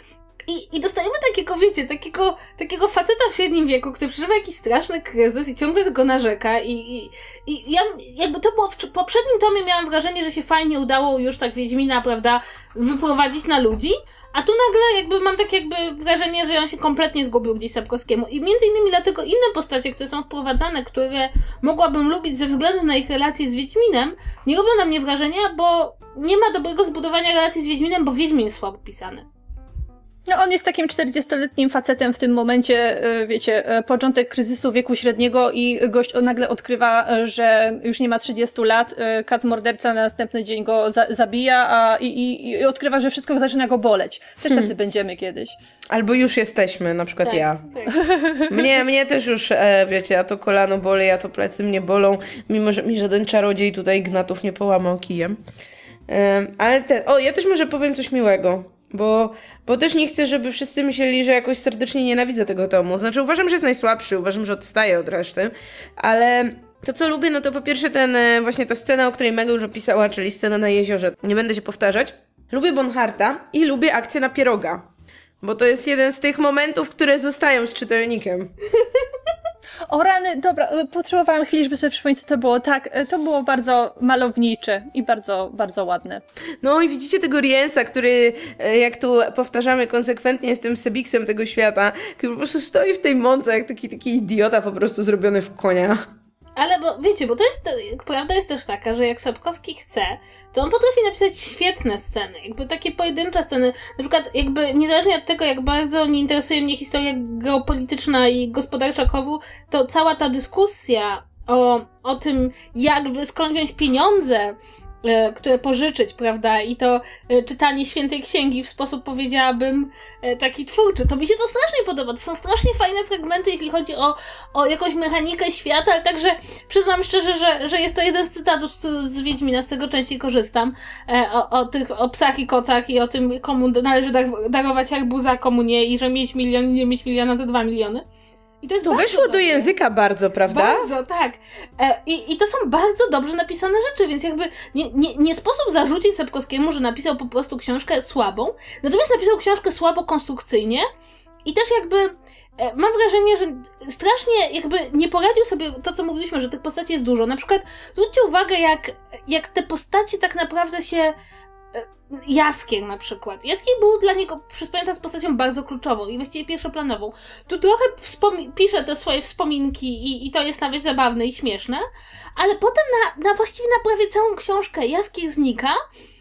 I, I dostajemy takiego, wiecie, takiego, takiego faceta w średnim wieku, który przeżywa jakiś straszny kryzys i ciągle tylko narzeka i, i, i ja jakby to było w poprzednim tomie miałam wrażenie, że się fajnie udało już tak Wiedźmina, prawda, wyprowadzić na ludzi, a tu nagle jakby mam takie jakby wrażenie, że on się kompletnie zgubił gdzieś Sapkowskiemu i między innymi dlatego inne postacie, które są wprowadzane, które mogłabym lubić ze względu na ich relacje z Wiedźminem, nie robią na mnie wrażenia, bo nie ma dobrego zbudowania relacji z Wiedźminem, bo Wiedźmin jest słabo pisany. No on jest takim czterdziestoletnim facetem w tym momencie, wiecie, początek kryzysu wieku średniego i gość nagle odkrywa, że już nie ma trzydziestu lat, kac morderca na następny dzień go za zabija a, i, i, i odkrywa, że wszystko zaczyna go boleć. Też tacy hmm. będziemy kiedyś. Albo już jesteśmy, na przykład tak, ja. Tak. Mnie, mnie też już, e, wiecie, a to kolano boli, a to plecy mnie bolą, mimo że mi żaden czarodziej tutaj gnatów nie połamał kijem. E, ale ten, o, ja też może powiem coś miłego. Bo, bo też nie chcę, żeby wszyscy myśleli, że jakoś serdecznie nienawidzę tego tomu. Znaczy uważam, że jest najsłabszy, uważam, że odstaje od reszty, ale to co lubię, no to po pierwsze ten, właśnie ta scena, o której Mega już opisała, czyli scena na jeziorze. Nie będę się powtarzać. Lubię Bonharta i lubię akcję na pieroga, bo to jest jeden z tych momentów, które zostają z czytelnikiem. O rany, dobra, potrzebowałam chwili, żeby sobie przypomnieć, co to było. Tak, to było bardzo malownicze i bardzo, bardzo ładne. No i widzicie tego Riensa, który, jak tu powtarzamy konsekwentnie, jest tym Sebiksem tego świata, który po prostu stoi w tej mące, jak taki, taki idiota po prostu zrobiony w konia. Ale bo wiecie, bo to jest, prawda jest też taka, że jak Sapkowski chce, to on potrafi napisać świetne sceny, jakby takie pojedyncze sceny, na przykład jakby niezależnie od tego, jak bardzo nie interesuje mnie historia geopolityczna i gospodarcza Kowu, to cała ta dyskusja o, o tym, jak, skąd wziąć pieniądze, e, które pożyczyć, prawda, i to e, czytanie Świętej Księgi w sposób, powiedziałabym, e, taki twórczy. To mi się to strasznie podoba. To są strasznie fajne fragmenty, jeśli chodzi o, o jakąś mechanikę świata, ale także przyznam szczerze, że, że jest to jeden z cytatów z, z Wiedźmina, z tego częściej korzystam, e, o, o tych, o psach i kotach i o tym, komu należy dar darować arbuza, komu nie, i że mieć milion i nie mieć miliona to dwa miliony. I to jest to weszło do języka bardzo, prawda? Bardzo, tak. E, i, I to są bardzo dobrze napisane rzeczy, więc jakby nie, nie, nie sposób zarzucić Sapkowskiemu, że napisał po prostu książkę słabą, natomiast napisał książkę słabo konstrukcyjnie i też jakby e, mam wrażenie, że strasznie jakby nie poradził sobie to, co mówiliśmy, że tych postaci jest dużo. Na przykład zwróćcie uwagę, jak, jak te postacie tak naprawdę się Jaskier na przykład. Jaskier był dla niego przez pewien czas postacią bardzo kluczową i właściwie pierwszoplanową. Tu trochę pisze te swoje wspominki i, i to jest nawet zabawne i śmieszne, ale potem na, na właściwie na prawie całą książkę Jaskier znika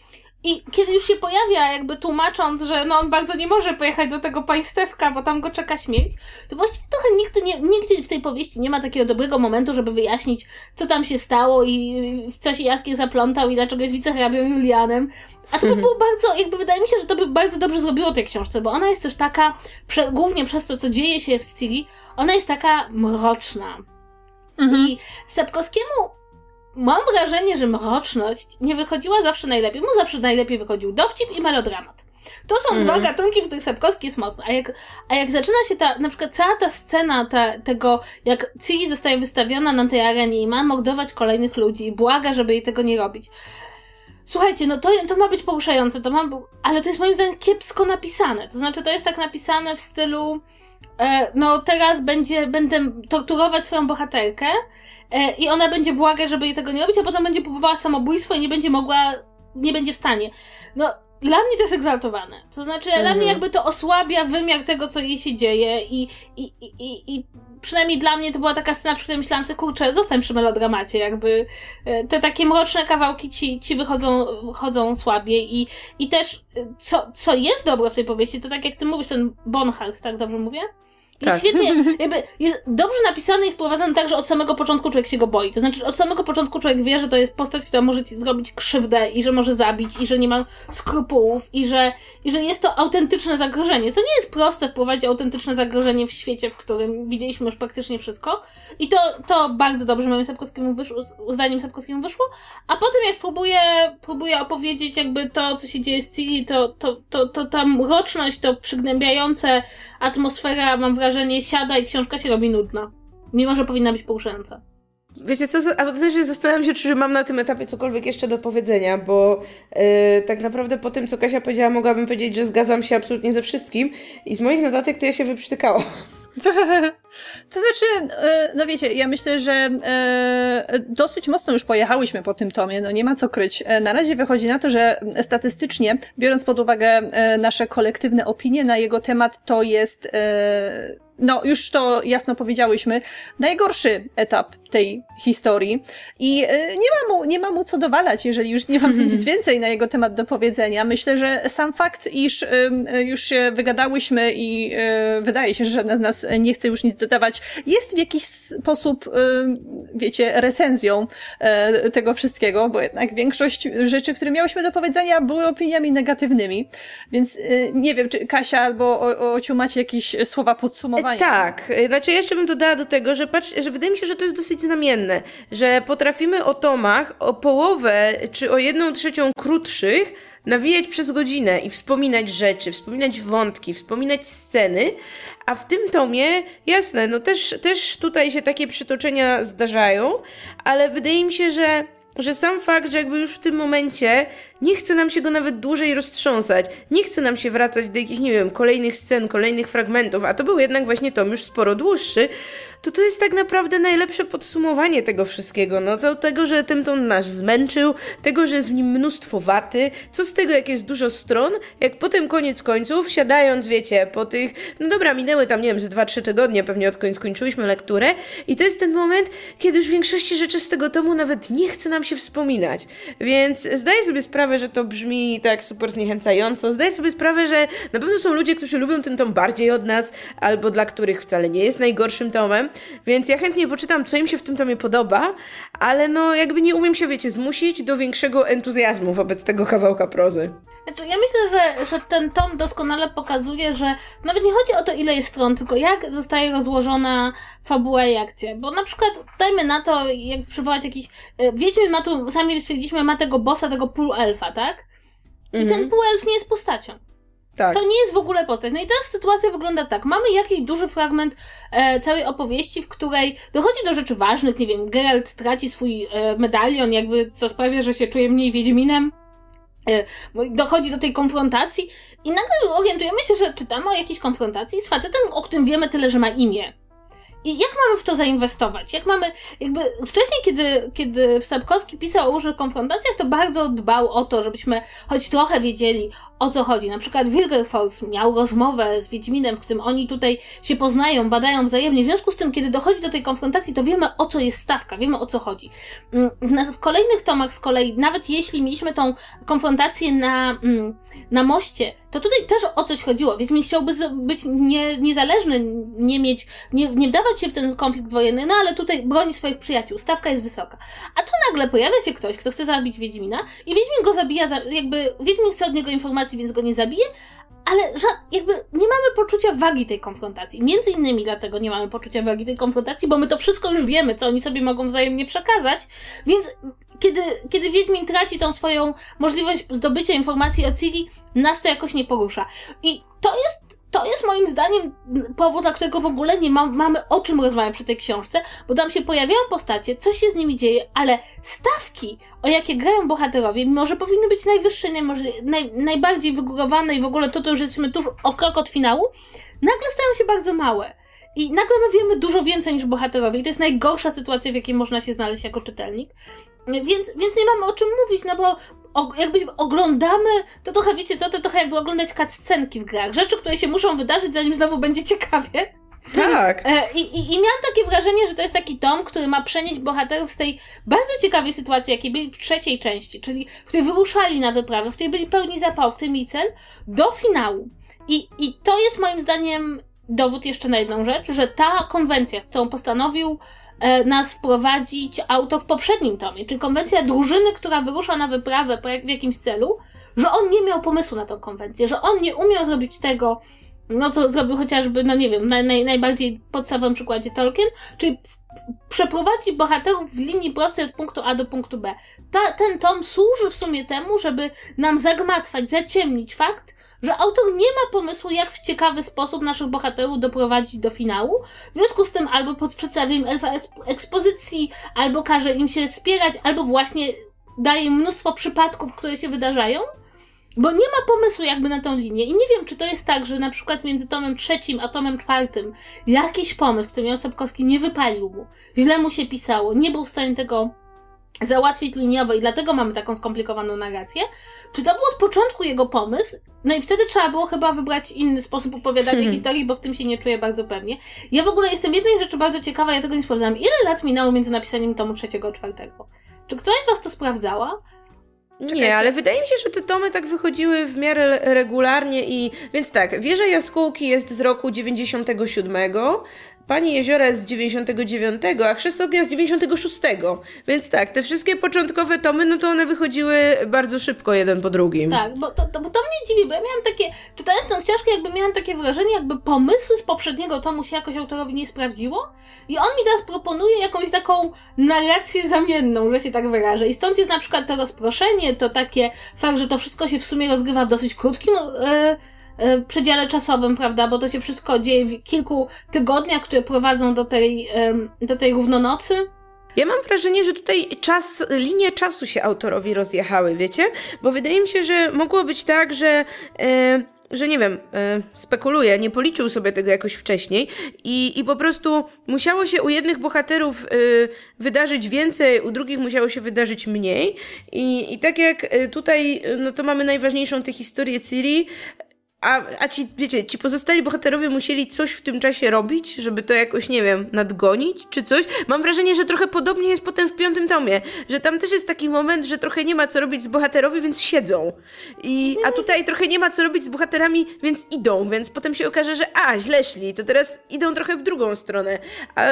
i kiedy już się pojawia, jakby tłumacząc, że no on bardzo nie może pojechać do tego państewka, bo tam go czeka śmierć, to właściwie trochę nigdy nie, nigdzie w tej powieści nie ma takiego dobrego momentu, żeby wyjaśnić, co tam się stało i w co się Jaskier zaplątał i dlaczego jest wicehrabią Julianem. A to by było bardzo, jakby wydaje mi się, że to by bardzo dobrze zrobiło tej książce, bo ona jest też taka, prze, głównie przez to, co dzieje się w Ciri, ona jest taka mroczna. Mhm. I Sapkowskiemu mam wrażenie, że mroczność nie wychodziła zawsze najlepiej. Mu zawsze najlepiej wychodził dowcip i melodramat. To są mm. dwa gatunki, w których Sapkowski jest mocny. A jak, a jak zaczyna się ta, na przykład cała ta scena ta, tego, jak Ciri zostaje wystawiona na tej arenie i ma mordować kolejnych ludzi i błaga, żeby jej tego nie robić. Słuchajcie, no to, to ma być poruszające, to ma, ale to jest moim zdaniem kiepsko napisane. To znaczy, to jest tak napisane w stylu e, no teraz będzie, będę torturować swoją bohaterkę e, i ona będzie błagać, żeby jej tego nie robić, a potem będzie próbowała samobójstwo i nie będzie mogła, nie będzie w stanie. No, dla mnie to jest egzaltowane. To znaczy, mhm. dla mnie jakby to osłabia wymiar tego, co jej się dzieje i, i, i, i, i przynajmniej dla mnie to była taka scena, przy której myślałam sobie, kurczę, zostań przy melodramacie, jakby te takie mroczne kawałki ci, ci wychodzą chodzą słabiej i, i też co, co jest dobre w tej powieści, to tak jak ty mówisz, ten Bonhart, tak dobrze mówię? Jest tak. Świetnie, jakby jest dobrze napisany i wprowadzany tak, że od samego początku człowiek się go boi. To znaczy, od samego początku człowiek wie, że to jest postać, która może ci zrobić krzywdę i że może zabić i że nie ma skrupułów i że, i że jest to autentyczne zagrożenie. Co nie jest proste wprowadzić autentyczne zagrożenie w świecie, w którym widzieliśmy już praktycznie wszystko. I to, to bardzo dobrze moim Sapkowskiemu wyszło, zdaniem Sapkowskiemu wyszło. A potem jak próbuję, próbuję opowiedzieć jakby to, co się dzieje z Ciri, to, to, to, to ta mroczność, to przygnębiające atmosfera, mam wrażenie, siada i książka się robi nudna. Mimo że powinna być poruszająca. Wiecie co, a też zastanawiam się, czy mam na tym etapie cokolwiek jeszcze do powiedzenia, bo yy, tak naprawdę po tym, co Kasia powiedziała, mogłabym powiedzieć, że zgadzam się absolutnie ze wszystkim i z moich notatek to ja się wyprztykałam. To znaczy, no wiecie, ja myślę, że dosyć mocno już pojechałyśmy po tym tomie, no nie ma co kryć. Na razie wychodzi na to, że statystycznie, biorąc pod uwagę nasze kolektywne opinie na jego temat, to jest, no już to jasno powiedziałyśmy, najgorszy etap tej historii i nie ma mu, nie ma mu co dowalać, jeżeli już nie mam nic więcej na jego temat do powiedzenia. Myślę, że sam fakt, iż już się wygadałyśmy i wydaje się, że żadna z nas nie chce już nic dodawać, jest w jakiś sposób, wiecie, recenzją tego wszystkiego, bo jednak większość rzeczy, które miałyśmy do powiedzenia, były opiniami negatywnymi, więc nie wiem, czy Kasia albo Ociu macie jakieś słowa podsumowania? Tak, znaczy jeszcze bym dodała do tego, że patrz, że wydaje mi się, że to jest dosyć znamienne, że potrafimy o tomach o połowę czy o jedną trzecią krótszych nawijać przez godzinę i wspominać rzeczy, wspominać wątki, wspominać sceny, a w tym tomie, jasne, no też, też tutaj się takie przytoczenia zdarzają, ale wydaje mi się, że że sam fakt, że jakby już w tym momencie nie chce nam się go nawet dłużej roztrząsać, nie chce nam się wracać do jakichś, nie wiem, kolejnych scen, kolejnych fragmentów, a to był jednak właśnie tom już sporo dłuższy, to to jest tak naprawdę najlepsze podsumowanie tego wszystkiego, no to tego, że ten tom nas zmęczył, tego, że jest w nim mnóstwo waty, co z tego, jak jest dużo stron, jak potem koniec końców, siadając, wiecie, po tych, no dobra, minęły tam, nie wiem, ze dwa trzy tygodnie, pewnie odkąd skończyłyśmy lekturę i to jest ten moment, kiedy już większości rzeczy z tego tomu nawet nie chce nam się wspominać, więc zdaję sobie sprawę, że to brzmi tak super zniechęcająco, zdaję sobie sprawę, że na pewno są ludzie, którzy lubią ten tom bardziej od nas, albo dla których wcale nie jest najgorszym tomem, więc ja chętnie poczytam, co im się w tym tomie podoba, ale no jakby nie umiem się, wiecie, zmusić do większego entuzjazmu wobec tego kawałka prozy. Znaczy, ja myślę, że, że ten tom doskonale pokazuje, że nawet nie chodzi o to, ile jest stron, tylko jak zostaje rozłożona fabuła i akcja. Bo na przykład, dajmy na to, jak przywołać jakiś... Wiedźmin ma tu, sami stwierdziliśmy, ma tego bossa, tego półelfa, tak? I mhm. ten półelf nie jest postacią. Tak. To nie jest w ogóle postać. No i teraz sytuacja wygląda tak. Mamy jakiś duży fragment e, całej opowieści, w której dochodzi do rzeczy ważnych, nie wiem, Geralt traci swój e, medalion, jakby co sprawia, że się czuje mniej Wiedźminem. E, dochodzi do tej konfrontacji i nagle orientujemy się, że czytamy o jakiejś konfrontacji z facetem, o którym wiemy tyle, że ma imię. I jak mamy w to zainwestować? Jak mamy, jakby wcześniej, kiedy, kiedy Sapkowski pisał o różnych konfrontacjach, to bardzo dbał o to, żebyśmy choć trochę wiedzieli, o co chodzi. Na przykład Wilgerfortz miał rozmowę z Wiedźminem, w którym oni tutaj się poznają, badają wzajemnie. W związku z tym, kiedy dochodzi do tej konfrontacji, to wiemy, o co jest stawka, wiemy, o co chodzi. W, w kolejnych tomach z kolei, nawet jeśli mieliśmy tą konfrontację na, na moście, to tutaj też o coś chodziło. Wiedźmin chciałby być nie, niezależny, nie mieć, nie, nie wdawać się w ten konflikt wojenny, no ale tutaj broni swoich przyjaciół, stawka jest wysoka. A tu nagle pojawia się ktoś, kto chce zabić Wiedźmina i Wiedźmin go zabija, za, jakby Wiedźmin chce od niego informacji, więc go nie zabije, ale jakby nie mamy poczucia wagi tej konfrontacji. Między innymi dlatego nie mamy poczucia wagi tej konfrontacji, bo my to wszystko już wiemy, co oni sobie mogą wzajemnie przekazać, więc kiedy, kiedy Wiedźmin traci tą swoją możliwość zdobycia informacji o Ciri, nas to jakoś nie porusza. I to jest To jest moim zdaniem powód, dla którego w ogóle nie ma, mamy o czym rozmawiać przy tej książce, bo tam się pojawiają postacie, coś się z nimi dzieje, ale stawki, o jakie grają bohaterowie, mimo że powinny być najwyższe, naj, najbardziej wygórowane i w ogóle to, to już jesteśmy tuż o krok od finału, nagle stają się bardzo małe. I nagle my wiemy dużo więcej niż bohaterowie i to jest najgorsza sytuacja, w jakiej można się znaleźć jako czytelnik. Więc, więc nie mamy o czym mówić, no bo o, jakby oglądamy, to trochę, wiecie co, to trochę jakby oglądać cutscenki w grach. Rzeczy, które się muszą wydarzyć, zanim znowu będzie ciekawie. Tak. I, i, I miałam takie wrażenie, że to jest taki tom, który ma przenieść bohaterów z tej bardzo ciekawej sytuacji, jakiej byli w trzeciej części, czyli w której wyruszali na wyprawę, w której byli pełni zapału, w której mieli cel, do finału. I, I to jest moim zdaniem dowód jeszcze na jedną rzecz, że ta konwencja, którą postanowił e, nas wprowadzić autor w poprzednim tomie, czyli konwencja drużyny, która wyrusza na wyprawę po jak, w jakimś celu, że on nie miał pomysłu na tą konwencję, że on nie umiał zrobić tego, no co zrobił chociażby, no nie wiem, na naj, najbardziej podstawowym przykładzie Tolkien, czyli przeprowadzić bohaterów w linii prostej od punktu A do punktu B. Ta, ten tom służy w sumie temu, żeby nam zagmatwać, zaciemnić fakt, że autor nie ma pomysłu, jak w ciekawy sposób naszych bohaterów doprowadzić do finału. W związku z tym albo przedstawia im elfa ekspozycji, albo każe im się spierać, albo właśnie daje im mnóstwo przypadków, które się wydarzają, bo nie ma pomysłu jakby na tą linię. I nie wiem, czy to jest tak, że na przykład między tomem trzecim a tomem czwartym jakiś pomysł, który miał Sapkowski, nie wypalił mu, źle mu się pisało, nie był w stanie tego załatwić liniowo i dlatego mamy taką skomplikowaną narrację. Czy to był od początku jego pomysł? No i wtedy trzeba było chyba wybrać inny sposób opowiadania hmm. historii, bo w tym się nie czuję bardzo pewnie. Ja w ogóle jestem jednej rzeczy bardzo ciekawa, ja tego nie sprawdzałam. Ile lat minęło między napisaniem tomu trzeciego a czwartego? Czy któraś z was to sprawdzała? Czekajcie. Nie, ale wydaje mi się, że te tomy tak wychodziły w miarę regularnie i... Więc tak, Wieża Jaskółki jest z roku dziewięćdziesiątego siódmego, Pani Jeziora jest z dziewięćdziesiątego dziewiątego, a Chrzest Ognia z dziewięćdziesiątego szóstego. Więc tak, te wszystkie początkowe tomy, no to one wychodziły bardzo szybko, jeden po drugim. Tak, bo to, to, bo to mnie dziwi, bo ja miałam takie, czytając tę książkę, jakby miałam takie wrażenie, jakby pomysły z poprzedniego tomu się jakoś autorowi nie sprawdziło i on mi teraz proponuje jakąś taką narrację zamienną, że się tak wyrażę. I stąd jest na przykład to rozproszenie, to takie fakt, że to wszystko się w sumie rozgrywa w dosyć krótkim yy, przedziale czasowym, prawda, bo to się wszystko dzieje w kilku tygodniach, które prowadzą do tej, do tej równonocy. Ja mam wrażenie, że tutaj czas, linie czasu się autorowi rozjechały, wiecie? Bo wydaje mi się, że mogło być tak, że... Yy... że nie wiem, e, spekuluję, nie policzył sobie tego jakoś wcześniej i, i po prostu musiało się u jednych bohaterów e, wydarzyć więcej, u drugich musiało się wydarzyć mniej i, i tak jak tutaj, no to mamy najważniejszą tę historię Ciri, A, a ci, wiecie, ci pozostali bohaterowie musieli coś w tym czasie robić, żeby to jakoś, nie wiem, nadgonić, czy coś. Mam wrażenie, że trochę podobnie jest potem w piątym tomie, że tam też jest taki moment, że trochę nie ma co robić z bohaterowie, więc siedzą. I, a tutaj trochę nie ma co robić z bohaterami, więc idą, więc potem się okaże, że a, źle szli, to teraz idą trochę w drugą stronę. A,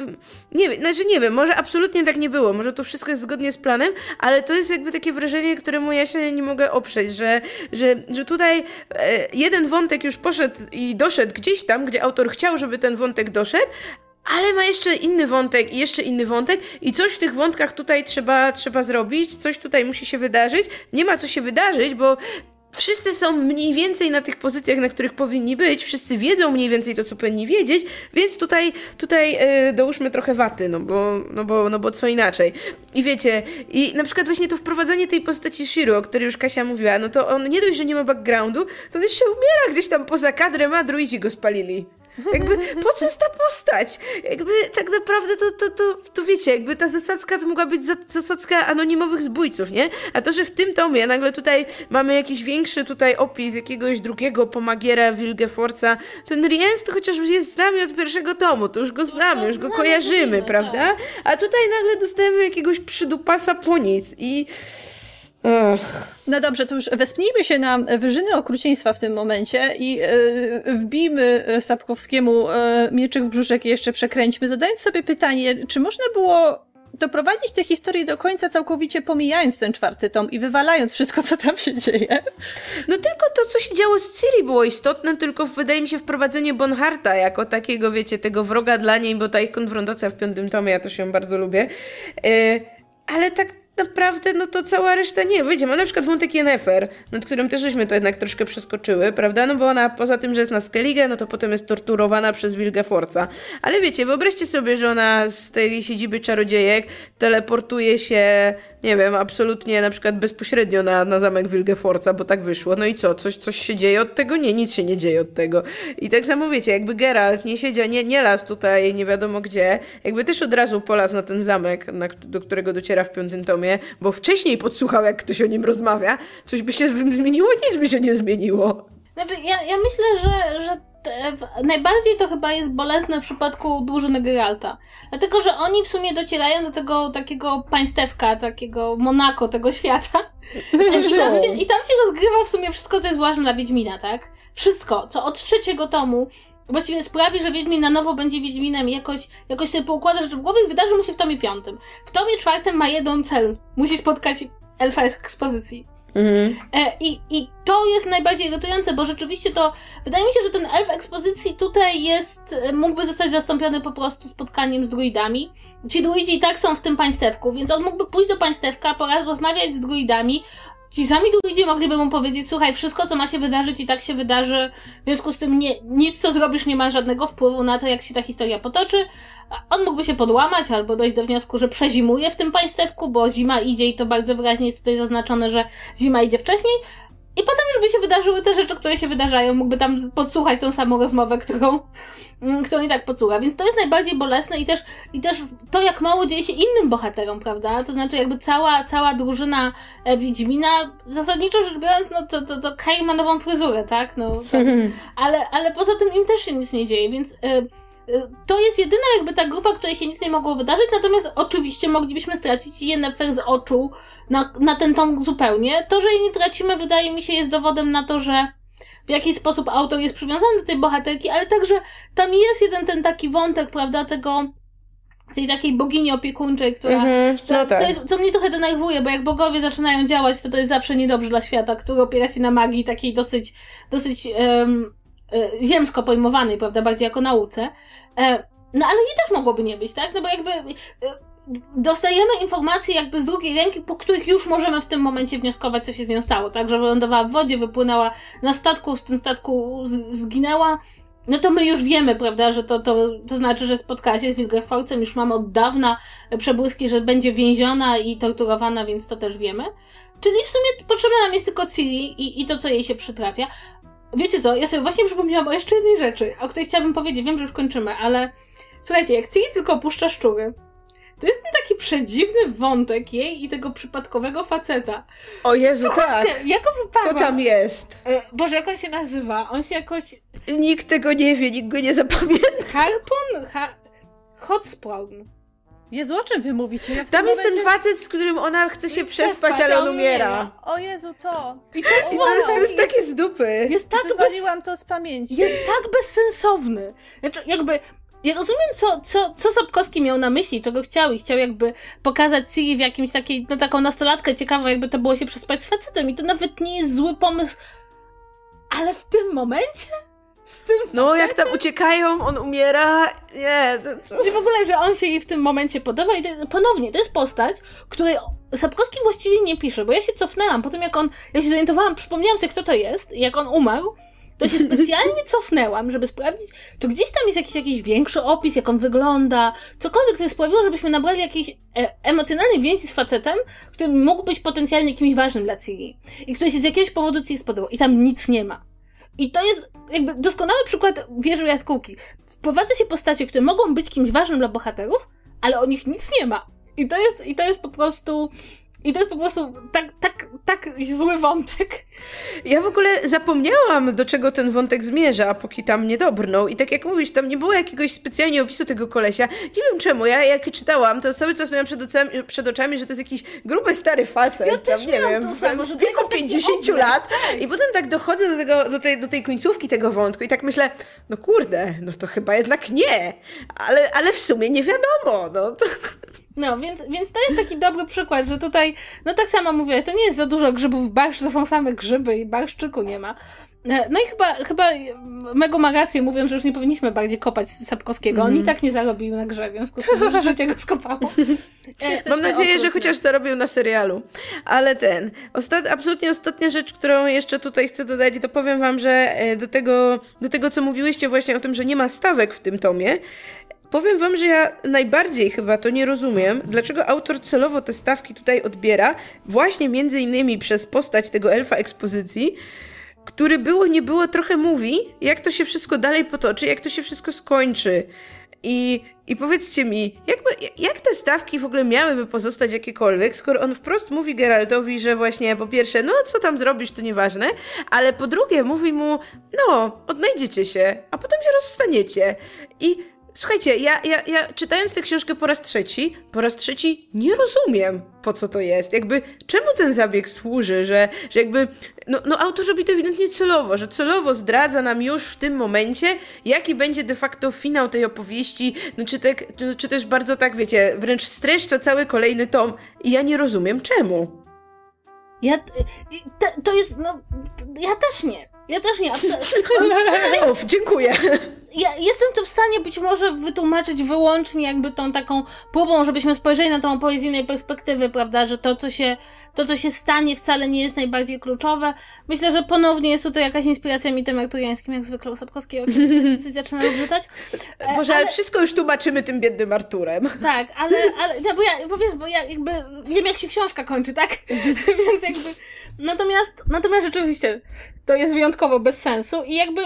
nie wiem, znaczy nie wiem, może absolutnie tak nie było, może to wszystko jest zgodnie z planem, ale to jest jakby takie wrażenie, któremu ja się nie mogę oprzeć, że, że, że tutaj... E, jeden wątek już poszedł i doszedł gdzieś tam, gdzie autor chciał, żeby ten wątek doszedł, ale ma jeszcze inny wątek i jeszcze inny wątek i coś w tych wątkach tutaj trzeba, trzeba zrobić, coś tutaj musi się wydarzyć. Nie ma co się wydarzyć, bo wszyscy są mniej więcej na tych pozycjach, na których powinni być, wszyscy wiedzą mniej więcej to, co powinni wiedzieć, więc tutaj, tutaj yy, dołóżmy trochę waty, no bo, no, bo, no bo co inaczej. I wiecie, i na przykład właśnie to wprowadzanie tej postaci Shiro, o której już Kasia mówiła, no to on nie dość, że nie ma backgroundu, to on jeszcze umiera gdzieś tam poza kadrem, a druidzi go spalili. Jakby, po co jest ta postać? Jakby, tak naprawdę to, to, to, to wiecie, jakby ta zasadzka to mogła być zasadzka anonimowych zbójców, nie? A to, że w tym tomie nagle tutaj mamy jakiś większy tutaj opis jakiegoś drugiego pomagiera Wilgefortza, ten Rience to chociaż jest z nami od pierwszego tomu, to już go znamy, już go kojarzymy, prawda? A tutaj nagle dostajemy jakiegoś przydupasa po nic i... Ugh. No dobrze, to już wespnijmy się na wyżyny okrucieństwa w tym momencie i yy, wbijmy Sapkowskiemu yy, mieczyk w brzuszek i jeszcze przekręćmy, zadając sobie pytanie, czy można było doprowadzić tę historię do końca całkowicie pomijając ten czwarty tom i wywalając wszystko, co tam się dzieje? No tylko to, co się działo z Ciri było istotne, tylko wydaje mi się wprowadzenie Bonharta jako takiego, wiecie, tego wroga dla niej, bo ta ich konfrontacja w piątym tomie, ja też ją bardzo lubię, yy, ale tak naprawdę, no to cała reszta nie. Wiecie, ma na przykład wątek Yennefer, nad którym też żeśmy to jednak troszkę przeskoczyły, prawda? No bo ona poza tym, że jest na Skellige, no to potem jest torturowana przez Wilgefortza. Ale wiecie, wyobraźcie sobie, że ona z tej siedziby czarodziejek teleportuje się, nie wiem, absolutnie na przykład bezpośrednio na, na zamek Wilgefortza, bo tak wyszło. No i co? Coś, coś się dzieje od tego? Nie, nic się nie dzieje od tego. I tak samo wiecie, jakby Geralt nie siedział, nie, nie las tutaj nie wiadomo gdzie, jakby też od razu polazł na ten zamek, na, do którego dociera w piątym tomie, bo wcześniej podsłuchał, jak ktoś o nim rozmawia, coś by się zmieniło, nic by się nie zmieniło. Znaczy, ja, ja myślę, że, że te, w, najbardziej to chyba jest bolesne w przypadku drużyny Geralta. Dlatego, że oni w sumie docierają do tego takiego państewka, takiego Monako tego świata. I tam, się, I tam się rozgrywa w sumie wszystko, co jest ważne dla Wiedźmina, tak? Wszystko, co od trzeciego tomu właściwie sprawi, że Wiedźmin na nowo będzie Wiedźminem i jakoś, jakoś sobie poukłada rzeczy w głowie, wydarzy mu się w tomie piątym. W tomie czwartym ma jeden cel. Musi spotkać elfa ekspozycji. Mhm. E, i, I to jest najbardziej irytujące, bo rzeczywiście to, wydaje mi się, że ten elf ekspozycji tutaj jest, mógłby zostać zastąpiony po prostu spotkaniem z druidami. Ci druidzi i tak są w tym państewku, więc on mógłby pójść do państewka, porozmawiać z druidami, ci sami ludzie mogliby mu powiedzieć, słuchaj, wszystko co ma się wydarzyć i tak się wydarzy, w związku z tym nie, nic co zrobisz nie ma żadnego wpływu na to, jak się ta historia potoczy. On mógłby się podłamać albo dojść do wniosku, że przezimuje w tym państewku, bo zima idzie i to bardzo wyraźnie jest tutaj zaznaczone, że zima idzie wcześniej. I potem już by się wydarzyły te rzeczy, które się wydarzają. Mógłby tam podsłuchać tą samą rozmowę, którą, którą i tak podsłucha. Więc to jest najbardziej bolesne i też, i też to, jak mało dzieje się innym bohaterom, prawda? To znaczy jakby cała, cała drużyna Wiedźmina, zasadniczo rzecz biorąc, no to, to, to Kair ma nową fryzurę, tak? No, tak. Ale, ale poza tym im też się nic nie dzieje, więc... Y to jest jedyna jakby ta grupa, której się nic nie mogło wydarzyć, natomiast oczywiście moglibyśmy stracić Yennefer z oczu na, na ten tom zupełnie. To, że jej nie tracimy, wydaje mi się, jest dowodem na to, że w jakiś sposób autor jest przywiązany do tej bohaterki, ale także tam jest jeden ten taki wątek, prawda, tego tej takiej bogini opiekuńczej, która, Mhm, która no tak. co, jest, co mnie trochę denerwuje, bo jak bogowie zaczynają działać, to to jest zawsze niedobrze dla świata, który opiera się na magii takiej dosyć, dosyć um, ziemsko pojmowanej, prawda, bardziej jako nauce. No ale jej też mogłoby nie być, tak? No bo jakby dostajemy informacje jakby z drugiej ręki, po których już możemy w tym momencie wnioskować, co się z nią stało, tak? Że wylądowała w wodzie, wypłynęła na statku, z tym statku zginęła. No to my już wiemy, prawda, że to, to, to znaczy, że spotkała się z Wilgefortzem, już mamy od dawna przebłyski, że będzie więziona i torturowana, więc to też wiemy. Czyli w sumie potrzebna nam jest tylko Ciri i, i to, co jej się przytrafia. Wiecie co, ja sobie właśnie przypomniałam o jeszcze jednej rzeczy, o której chciałabym powiedzieć, wiem, że już kończymy, ale słuchajcie, jak Ciri tylko opuszcza szczury, to jest ten taki przedziwny wątek jej i tego przypadkowego faceta. O Jezu, tak. Jak go wypadła? To tam jest. E, Boże, jak on się nazywa? On się jakoś... Nikt tego nie wie, nikt go nie zapamięta. Harpun? Ha... Hotspawn. Jezu, o czym wy mówicie? Ja w Tam tym jest momencie... ten facet, z którym ona chce się przespać, przespać, ale a on on umiera. O Jezu, to! I to, I to jest, to jest takie z dupy. jest tak bez... Wywaliłam to z pamięci. Jest tak bezsensowny. Znaczy, jakby... Ja rozumiem, co, co, co Sapkowski miał na myśli, czego chciał i chciał jakby pokazać Ciri w jakimś takiej, no taką nastolatkę ciekawą, jakby to było się przespać z facetem i to nawet nie jest zły pomysł, ale w tym momencie? Z tym facetem? No, jak tam uciekają, on umiera. Nie. To, to... I w ogóle, że on się jej w tym momencie podoba i to, ponownie, to jest postać, której Sapkowski właściwie nie pisze, bo ja się cofnęłam, po tym jak on, ja się zorientowałam, przypomniałam sobie, kto to jest i jak on umarł, to się specjalnie cofnęłam, żeby sprawdzić, czy gdzieś tam jest jakiś, jakiś większy opis, jak on wygląda, cokolwiek, co sprawiło, żebyśmy nabrali jakiejś e- emocjonalnej więzi z facetem, który mógł być potencjalnie kimś ważnym dla Ciri i który się z jakiegoś powodu Ciri spodobał i tam nic nie ma. I to jest jakby doskonały przykład wieży jaskółki. Wprowadza się postacie, które mogą być kimś ważnym dla bohaterów, ale o nich nic nie ma. I to jest, i to jest po prostu... I to jest po prostu tak, tak, tak zły wątek. Ja w ogóle zapomniałam, do czego ten wątek zmierza, póki tam nie dobrnął. I tak jak mówisz, tam nie było jakiegoś specjalnie opisu tego kolesia. Nie wiem czemu, ja jak czytałam, to cały czas miałam przed oczami, przed oczami że to jest jakiś gruby, stary facet. Ja też tam, nie miałam wiem, to samo, że w to wieku jest taki pięćdziesięciu obraz, lat. tak. I potem tak dochodzę do, tego, do, tej, do tej końcówki tego wątku i tak myślę, no kurde, no to chyba jednak nie. Ale, ale w sumie nie wiadomo, no to... No, więc, więc to jest taki dobry przykład, że tutaj, no tak samo mówię, to nie jest za dużo grzybów w barszcz, to są same grzyby i barszczyku nie ma. No i chyba, chyba Mego ma rację, mówiąc, że już nie powinniśmy bardziej kopać Sapkowskiego. Mm. On i tak nie zarobił na grze, w związku z tym już życie go skopało. Mam nadzieję, że chociaż zarobił na serialu. Ale ten, ostat... absolutnie ostatnia rzecz, którą jeszcze tutaj chcę dodać, to powiem wam, że do tego, do tego, co mówiłyście właśnie o tym, że nie ma stawek w tym tomie, powiem wam, że ja najbardziej chyba to nie rozumiem, dlaczego autor celowo te stawki tutaj odbiera, właśnie między innymi przez postać tego elfa ekspozycji, który było nie było trochę mówi, jak to się wszystko dalej potoczy, jak to się wszystko skończy. I, i powiedzcie mi, jakby, jak te stawki w ogóle miałyby pozostać jakiekolwiek, skoro on wprost mówi Geraltowi, że właśnie po pierwsze, no co tam zrobisz, to nieważne, ale po drugie mówi mu, no, odnajdziecie się, a potem się rozstaniecie. I słuchajcie, ja, ja, ja czytając tę książkę po raz trzeci, po raz trzeci nie rozumiem, po co to jest. Jakby, czemu ten zabieg służy, że, że jakby, no, no autor robi to ewidentnie celowo, że celowo zdradza nam już w tym momencie, jaki będzie de facto finał tej opowieści, no czy, te, czy też bardzo tak, wiecie, wręcz streszcza cały kolejny tom i ja nie rozumiem czemu. Ja, to, to jest, no, ja też nie. Ja też nie. A- Uf, dziękuję. Ja jestem to w stanie być może wytłumaczyć wyłącznie jakby tą taką próbą, żebyśmy spojrzeli na tą opowieść z innej perspektywy, prawda, że to, co się, to, co się stanie, wcale nie jest najbardziej kluczowe. Myślę, że ponownie jest tutaj jakaś inspiracja mitem arturiańskim, jak zwykle u Sapkowskiego, kiedy coś zaczyna odrzucać. E, Boże, ale wszystko już tłumaczymy tym biednym Arturem. Tak, ale, ale no bo ja, bo wiesz, bo ja jakby wiem, jak się książka kończy, tak? Więc jakby, natomiast, natomiast rzeczywiście to jest wyjątkowo bez sensu i jakby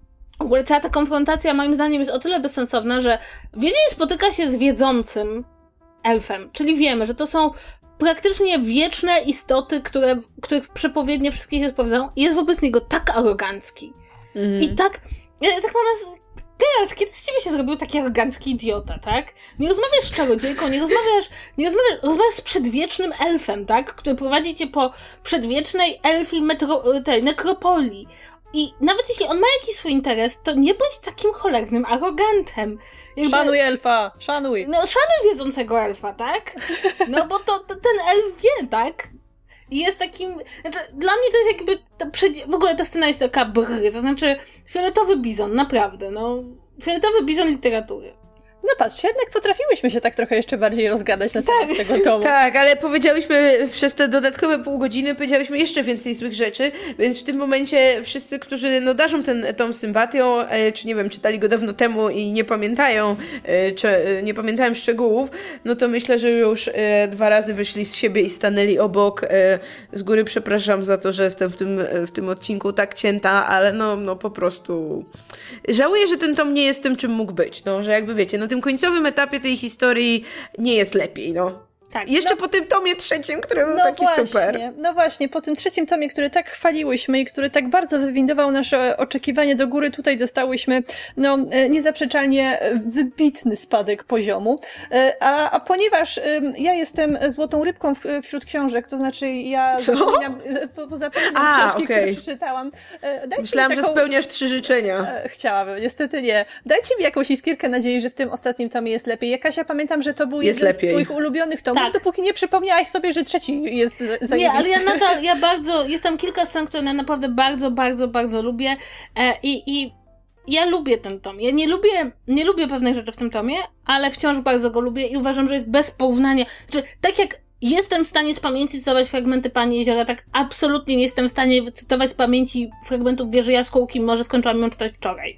w ogóle cała ta konfrontacja moim zdaniem jest o tyle bezsensowna, że Wiedźmin spotyka się z wiedzącym elfem, czyli wiemy, że to są praktycznie wieczne istoty, które, których przepowiednie wszystkie się sprawdzają i jest wobec niego tak arogancki. Mhm. I tak, ja, tak mam nas... Geralt, kiedy z ciebie się zrobił taki arogancki idiota, tak? Nie rozmawiasz z czarodziejką, nie rozmawiasz, nie rozmawiasz, rozmawiasz z przedwiecznym elfem, tak? Który prowadzi cię po przedwiecznej elfii metro, tej nekropolii. I nawet jeśli on ma jakiś swój interes, to nie bądź takim cholernym arogantem. Jakby, Szanuj elfa, szanuj. No, szanuj wiedzącego elfa, tak? No bo to, to ten elf wie, tak? I jest takim... Znaczy, dla mnie to jest jakby... To przed... W ogóle ta scena jest taka brry, to znaczy fioletowy bizon, naprawdę, no. Fioletowy bizon literatury. No patrz, jednak potrafiłyśmy się tak trochę jeszcze bardziej rozgadać na temat tego tomu. Tak, ale powiedziałyśmy przez te dodatkowe pół godziny, powiedziałyśmy jeszcze więcej złych rzeczy, więc w tym momencie wszyscy, którzy no, darzą ten tom sympatią, e, czy nie wiem, czytali go dawno temu i nie pamiętają, e, czy e, nie pamiętają szczegółów, no to myślę, że już e, dwa razy wyszli z siebie i stanęli obok. E, z góry przepraszam za to, że jestem w tym, w tym odcinku tak cięta, ale no, no po prostu żałuję, że ten tom nie jest tym, czym mógł być, no, że jakby wiecie, na tym końcowym etapie tej historii nie jest lepiej, no. Tak. Jeszcze no, po tym tomie trzecim, który był no taki właśnie, super. No właśnie, po tym trzecim tomie, który tak chwaliłyśmy i który tak bardzo wywindował nasze oczekiwanie do góry, tutaj dostałyśmy no niezaprzeczalnie wybitny spadek poziomu. A, a ponieważ ja jestem złotą rybką w, wśród książek, to znaczy ja Co? zapominam, po, zapominam A, książki, okay. które przeczytałam. Dajcie Myślałam, taką... że spełniasz trzy życzenia. Chciałabym, niestety nie. Dajcie mi jakąś iskierkę nadziei, że w tym ostatnim tomie jest lepiej. Ja, Kasia, pamiętam, że to był Jest jeden lepiej. z twoich ulubionych tomów, Tak. dopóki nie przypomniałaś sobie, że trzeci jest zajebisty. Nie, ale ja nadal, ja bardzo, jest tam kilka scen, które ja naprawdę bardzo, bardzo, bardzo lubię e, i, i ja lubię ten tom. Ja nie lubię, nie lubię pewnych rzeczy w tym tomie, ale wciąż bardzo go lubię i uważam, że jest bez porównania. Znaczy, tak jak jestem w stanie z pamięci cytować fragmenty Pani Jeziora, tak absolutnie nie jestem w stanie cytować z pamięci fragmentów Wieży Jaskółki, może skończyłam ją czytać wczoraj.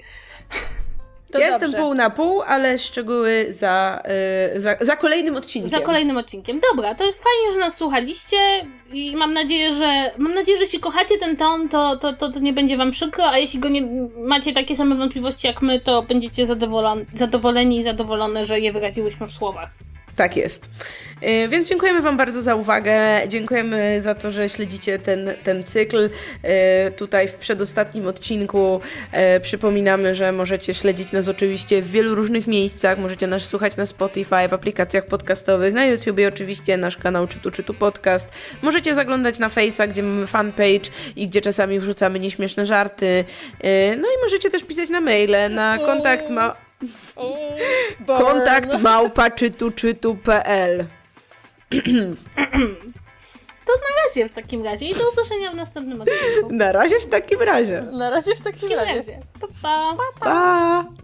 To ja dobrze. jestem pół na pół, ale szczegóły za, y, za, za kolejnym odcinkiem. Za kolejnym odcinkiem. Dobra, to fajnie, że nas słuchaliście i mam nadzieję, że mam nadzieję, że jeśli kochacie ten tom, to, to, to, to nie będzie wam przykro, a jeśli go nie macie takie same wątpliwości jak my, to będziecie zadowoleni, zadowoleni i zadowolone, że je wyraziłyśmy w słowach. Tak jest. Yy, więc dziękujemy wam bardzo za uwagę. Dziękujemy za to, że śledzicie ten, ten cykl. Yy, tutaj w przedostatnim odcinku yy, przypominamy, że możecie śledzić nas oczywiście w wielu różnych miejscach. Możecie nas słuchać na Spotify, w aplikacjach podcastowych, na YouTubie oczywiście, nasz kanał Czytu Czytu Podcast. Możecie zaglądać na Face'a, gdzie mamy fanpage i gdzie czasami wrzucamy nieśmieszne żarty. Yy, no i możecie też pisać na maile, na kontakt ma... Kontakt małpa czytu czytu kropka pe el. To na razie w takim razie i do usłyszenia w następnym odcinku. Na razie w takim razie. Na razie w takim Na razie. razie. Pa, pa. Pa!